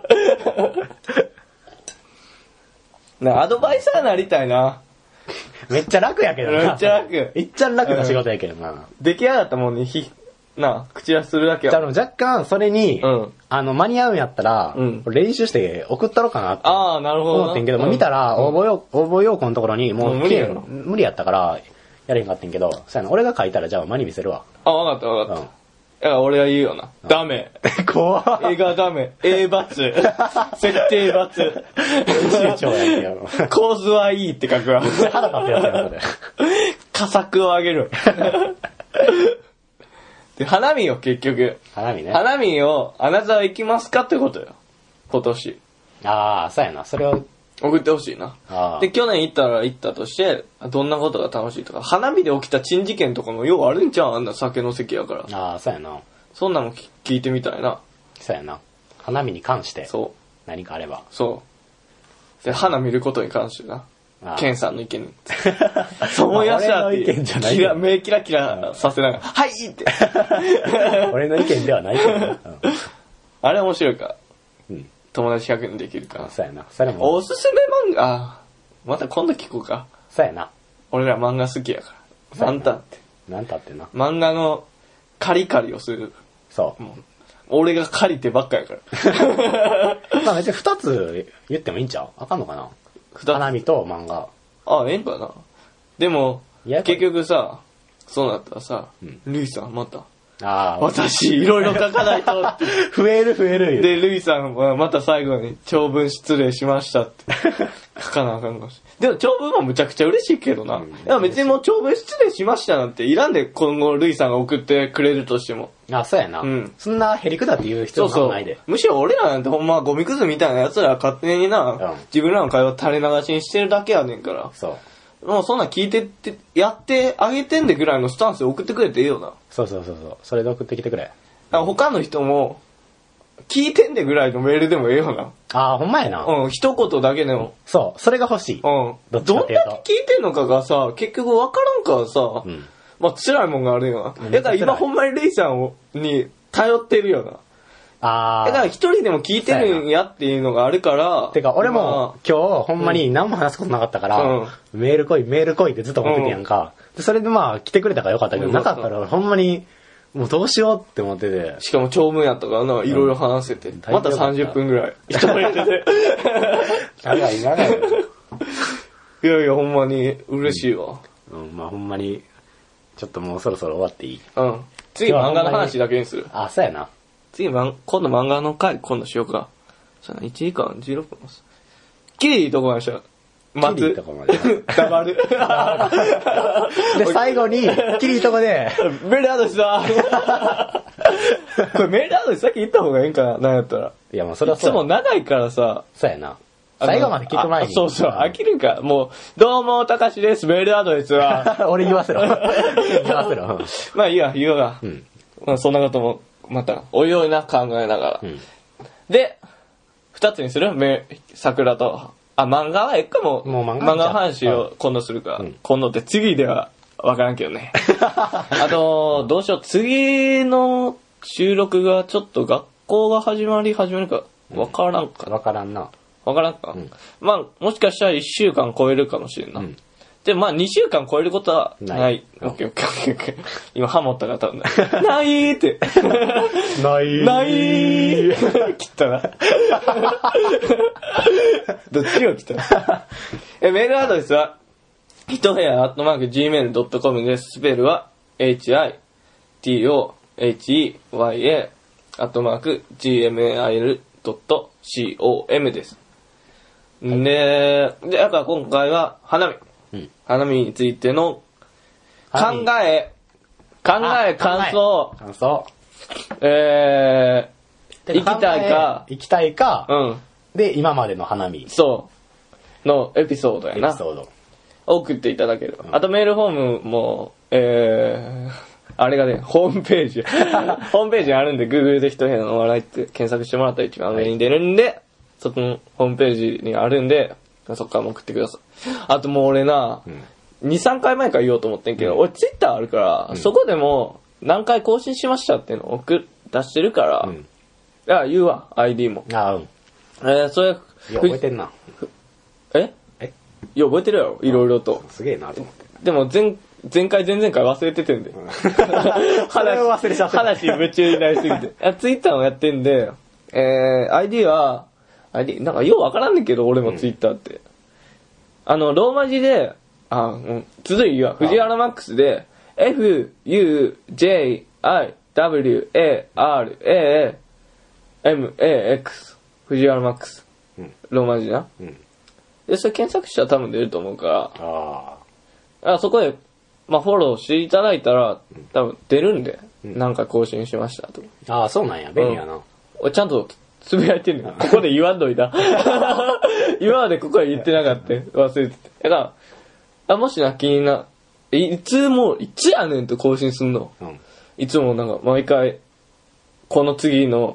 なアドバイザーなりたいな。 めっちゃ楽やけどな。 めっちゃ楽。 いっちゃん楽な仕事やけどな。 出来上がったもんにひ、な口出しするだけは。 若干それに、うん、あの間に合うんやったら、うん、練習して送ったろかなって思ってんけど、うん、見たら応募要、応募要項のところにもう無理や無理やったからやれへんかったんけど、そうやな、俺が書いたらじゃあ間に見せるわ。 あ、わかったわかった。うん、いや俺は言うよな。ダメ。 怖っ。絵がダメ。A バツ。設定バツ。 編集長やんけよ。 構図はいいって書くわ。 腹立つやつやん、それ。 佳作を上げる。で、花見よ、結局。 花見ね。 花見を、あなたは行きますかってことよ。今年。 ああ、そうやな。それを。 送ってほしいな。で、去年行ったら行ったとして、どんなことが楽しいとか、花見で起きた珍事件とかもようあるんちゃうあんな酒の席やから。 ああ、そうやな。 そんなの聞いてみたいな。 そうやな。花見に関して。そう。何かあれば。 そう。で、花見ることに関してな。 ケンさんの意見に。そう思いましたって。 俺の意見じゃないよ。 目キラキラさせながら、はいって。 俺の意見ではないけど、うん、 あれ面白いか。 うん。 友達ひゃくにんできるから。 そうやな。それも。 おすすめ漫画、また今度聞こうか。 そうやな。 俺ら漫画好きやから。なんたって。 なんたってな。 漫画のカリカリをする。 そう。 もう俺が借りてばっかやから。 まあ別に二つ言ってもいいんちゃう？あかんのかな？花見と漫画。 あ、ええんかな。でも、結局さ、そうなったらさ、うん、ルイさんまた。ああ。私、いろいろ書かないとって。 増える増えるよ。 で、ルイさんはまた最後に長文失礼しましたって。書かなあかんかもしれない。でも長文もむちゃくちゃ嬉しいけどな。うん、でも別にもう長文失礼しましたなんていらんで今後ルイさんが送ってくれるとしても。 あ、そうやな。うん。そんなへりくだって言う必要もないで。 そうそう。むしろ俺らなんてほんまゴミくずみたいな奴ら勝手にな、うん、自分らの会話垂れ流しにしてるだけやねんから。 そう。 もうそんなん聞いてって、やってあげてんでぐらいのスタンスで送ってくれていいよな。 そうそうそうそう。それで送ってきてくれ。 他の人も、聞いてんでぐらいのメールでもええよな。 ああ、ほんまやな。 うん、一言だけでも。 そう、それが欲しい。 うん。どんだけ聞いてんのかがさ、結局わからんからさ、うん、まあ辛いもんがあるよな。だから今ほんまにレイさんに頼ってるよな。ああ。だから一人でも聞いてるんやっていうのがあるから。 てか俺も今日ほんまに何も話すことなかったから、うん、メール来い、メール来いってずっと思っててやんか。うん、でそれでまあ来てくれたからよかったけど、うん、なかったらほんまに、もうどうしようって思ってて。 しかも長文やったからな、いろいろ話せて。うん、またさんじゅっぷんぐらい。一人でて。 長い長い。 いやいや、ほんまに嬉しいわ。 うん、うん、まあほんまに、ちょっともうそろそろ終わっていい？ うん。次漫画の話だけにする。 あ、そうやな。 次、今度漫画の回、今度しようか。そうやな、いちじかんじゅうろっぷんです。キリいいとこまでした。待つ。キリいいとこまで。黙る。 で、最後に、キリいいとこで、 メールアドレスだこれメールアドレス先言った方がいいんかな、なんやったら。 いや、もうそれはそう。 いつも長いからさ。 そうやな。最後まで聞く前に。 そうそう、飽きるか。もう、どうも、たかしです。メールアドレスは。 俺言わせろ。言わせろ。 まあいいわ、言おうが。うん。まあそんなことも。また、おいおいな考えながら。うん、で、二つにするめ、桜と、あ、漫画はえっかも、もう漫画の話を今度するか。うん、今度って次ではわからんけどね。あと、どうしよう、次の収録がちょっと学校が始まり始めるか、わからんかな。 わからんな。 わからんか。うん、まあ、もしかしたら一週間超えるかもしれんな。うん、で、まあ、二週間超えることはない。ない。オッケーオッケーオッケーオッケー。今、ハモった方多分ない。ないーって。 ないー。 ないー。切ったな。どっちを切ったえ、メールアドレスは、ひとへやアットマーク ジーメールドットコム です。スペルは、エイチアイティーオーエイチイーワイエー アットマーク ジーエムエーアイエルドットコム です。で、で、だから今回は、花見。うん、花見についての考え、考え、感想、 感想、 えー、行きたいか、 行きたいか、 うん。 で、今までの花見。 そう。のエピソードやな。 エピソード。 送っていただける。うん、あとメールフォームも、えー、あれがね、ホームページ。ホームページにあるんで、Google で一部屋のお笑いって検索してもらったら一番上に出るんで、はい、そこのホームページにあるんで、そっからも送ってください。あともう俺な、うん、に、さんかいまえから言おうと思ってんけど、うん、俺ツイッターあるから、うん、そこでも何回更新しましたっていうのを送出してるから、うん、いや、言うわ、アイディー も。 あ、うん。 えー、それ、いや、覚えてんな。 ええいや、覚えてるやろ、いろいろと。 すげえなと思って。 でも、前、前回、前々回忘れててんで。うん、 話忘れちゃった。 話夢中になりすぎて。ツイッターをやってんで、えー、アイディー は、アイディー、なんかようわからんねんけど、俺もツイッターって。うん、あの、ローマ字で、あ、うん、続いは、藤原マックスで、F, U, J, I, W, A, R, A, M, A, X。藤原マックス。うん、ローマ字な。うん、で、それ検索したら多分出ると思うから、 ああそこで、まあ、フォローしていただいたら、多分出るんで、うん、なんか更新しましたと。 ああ、そうなんや。便利やな。うん、 俺ちゃんと、つぶやいてんねん。ここで言わんといた。今までここは言ってなかった。忘れてて。だから、あ、もしな、気にな、いつも、いつやねんと更新すんの。うん、いつもなんか、毎回、この次の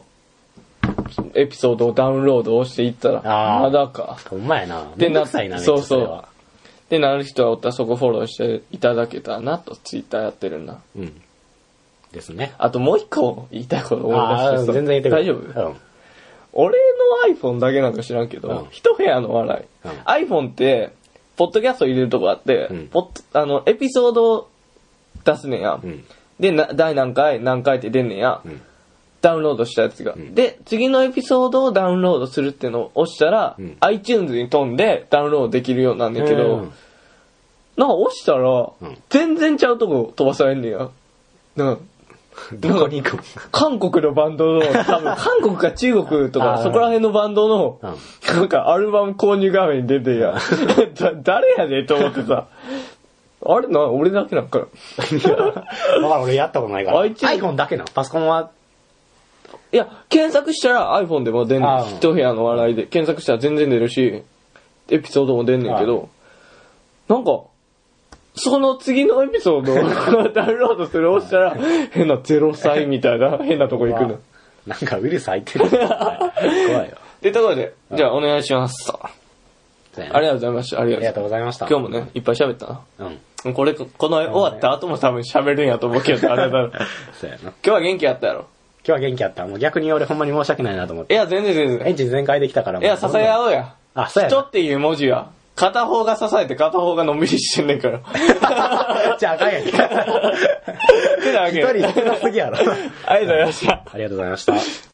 エピソードをダウンロードをしていったら、まだか。 ほんまやな。 でな、 さいな、 そうそう。 で、なる人はおったらそこフォローしていただけたらなと、ツイッターやってるんだ。 うん。ですね。 あともう一個言いたいこと思い出してさ。 全然言ってくれ。 大丈夫？うん。俺の iPhone だけなんか知らんけど、うん、一部屋の笑い。うん、iPhone って、ポッドキャスト入れるとこあって、うん、ポッあの、エピソードを出すねんや。うん、でな、第何回、何回って出んねんや。うん、ダウンロードしたやつが、うん。で、次のエピソードをダウンロードするっていうのを押したら、うん、iTunes に飛んでダウンロードできるようになんねんけど、うん、なんか押したら、うん、全然ちゃうとこ飛ばされんねんや。なんかどこに行く韓国のバンドの、多分韓国か中国とかそこら辺のバンドの、うん、なんかアルバム購入画面に出てや、だ誰やねんと思ってさ、あれな、俺だけなんかな。 だから俺やったことないから。iPhone だけなパソコンは。 いや、検索したら iPhone でも出んねん。一部屋の笑いで。検索したら全然出るし、エピソードも出んねんけど、なんか、その次のエピソードをダウンロードする押したら、変なゼロ歳みたいな変なとこ行くの。 なんかウイルス入ってる。怖いよ。 ってところで、じゃあお願いします。ありがとうございました。 ありがとうございました。 今日もね、いっぱい喋ったな。うん。これ、この終わった後も多分喋るんやと思うけど、あれだろ。そうやな。今日は元気あったやろ。 今日は元気あった。もう逆に俺ほんまに申し訳ないなと思って。 いや、全然全然。 エンジン全開できたからも。 いや、支え合おうや。 あ、そうや。 人っていう文字は。片方が支えて片方がのんびりしてんねんから。 じゃああかんやんけ。一人少なすぎやろ。 ありがとうございました。 ありがとうございました。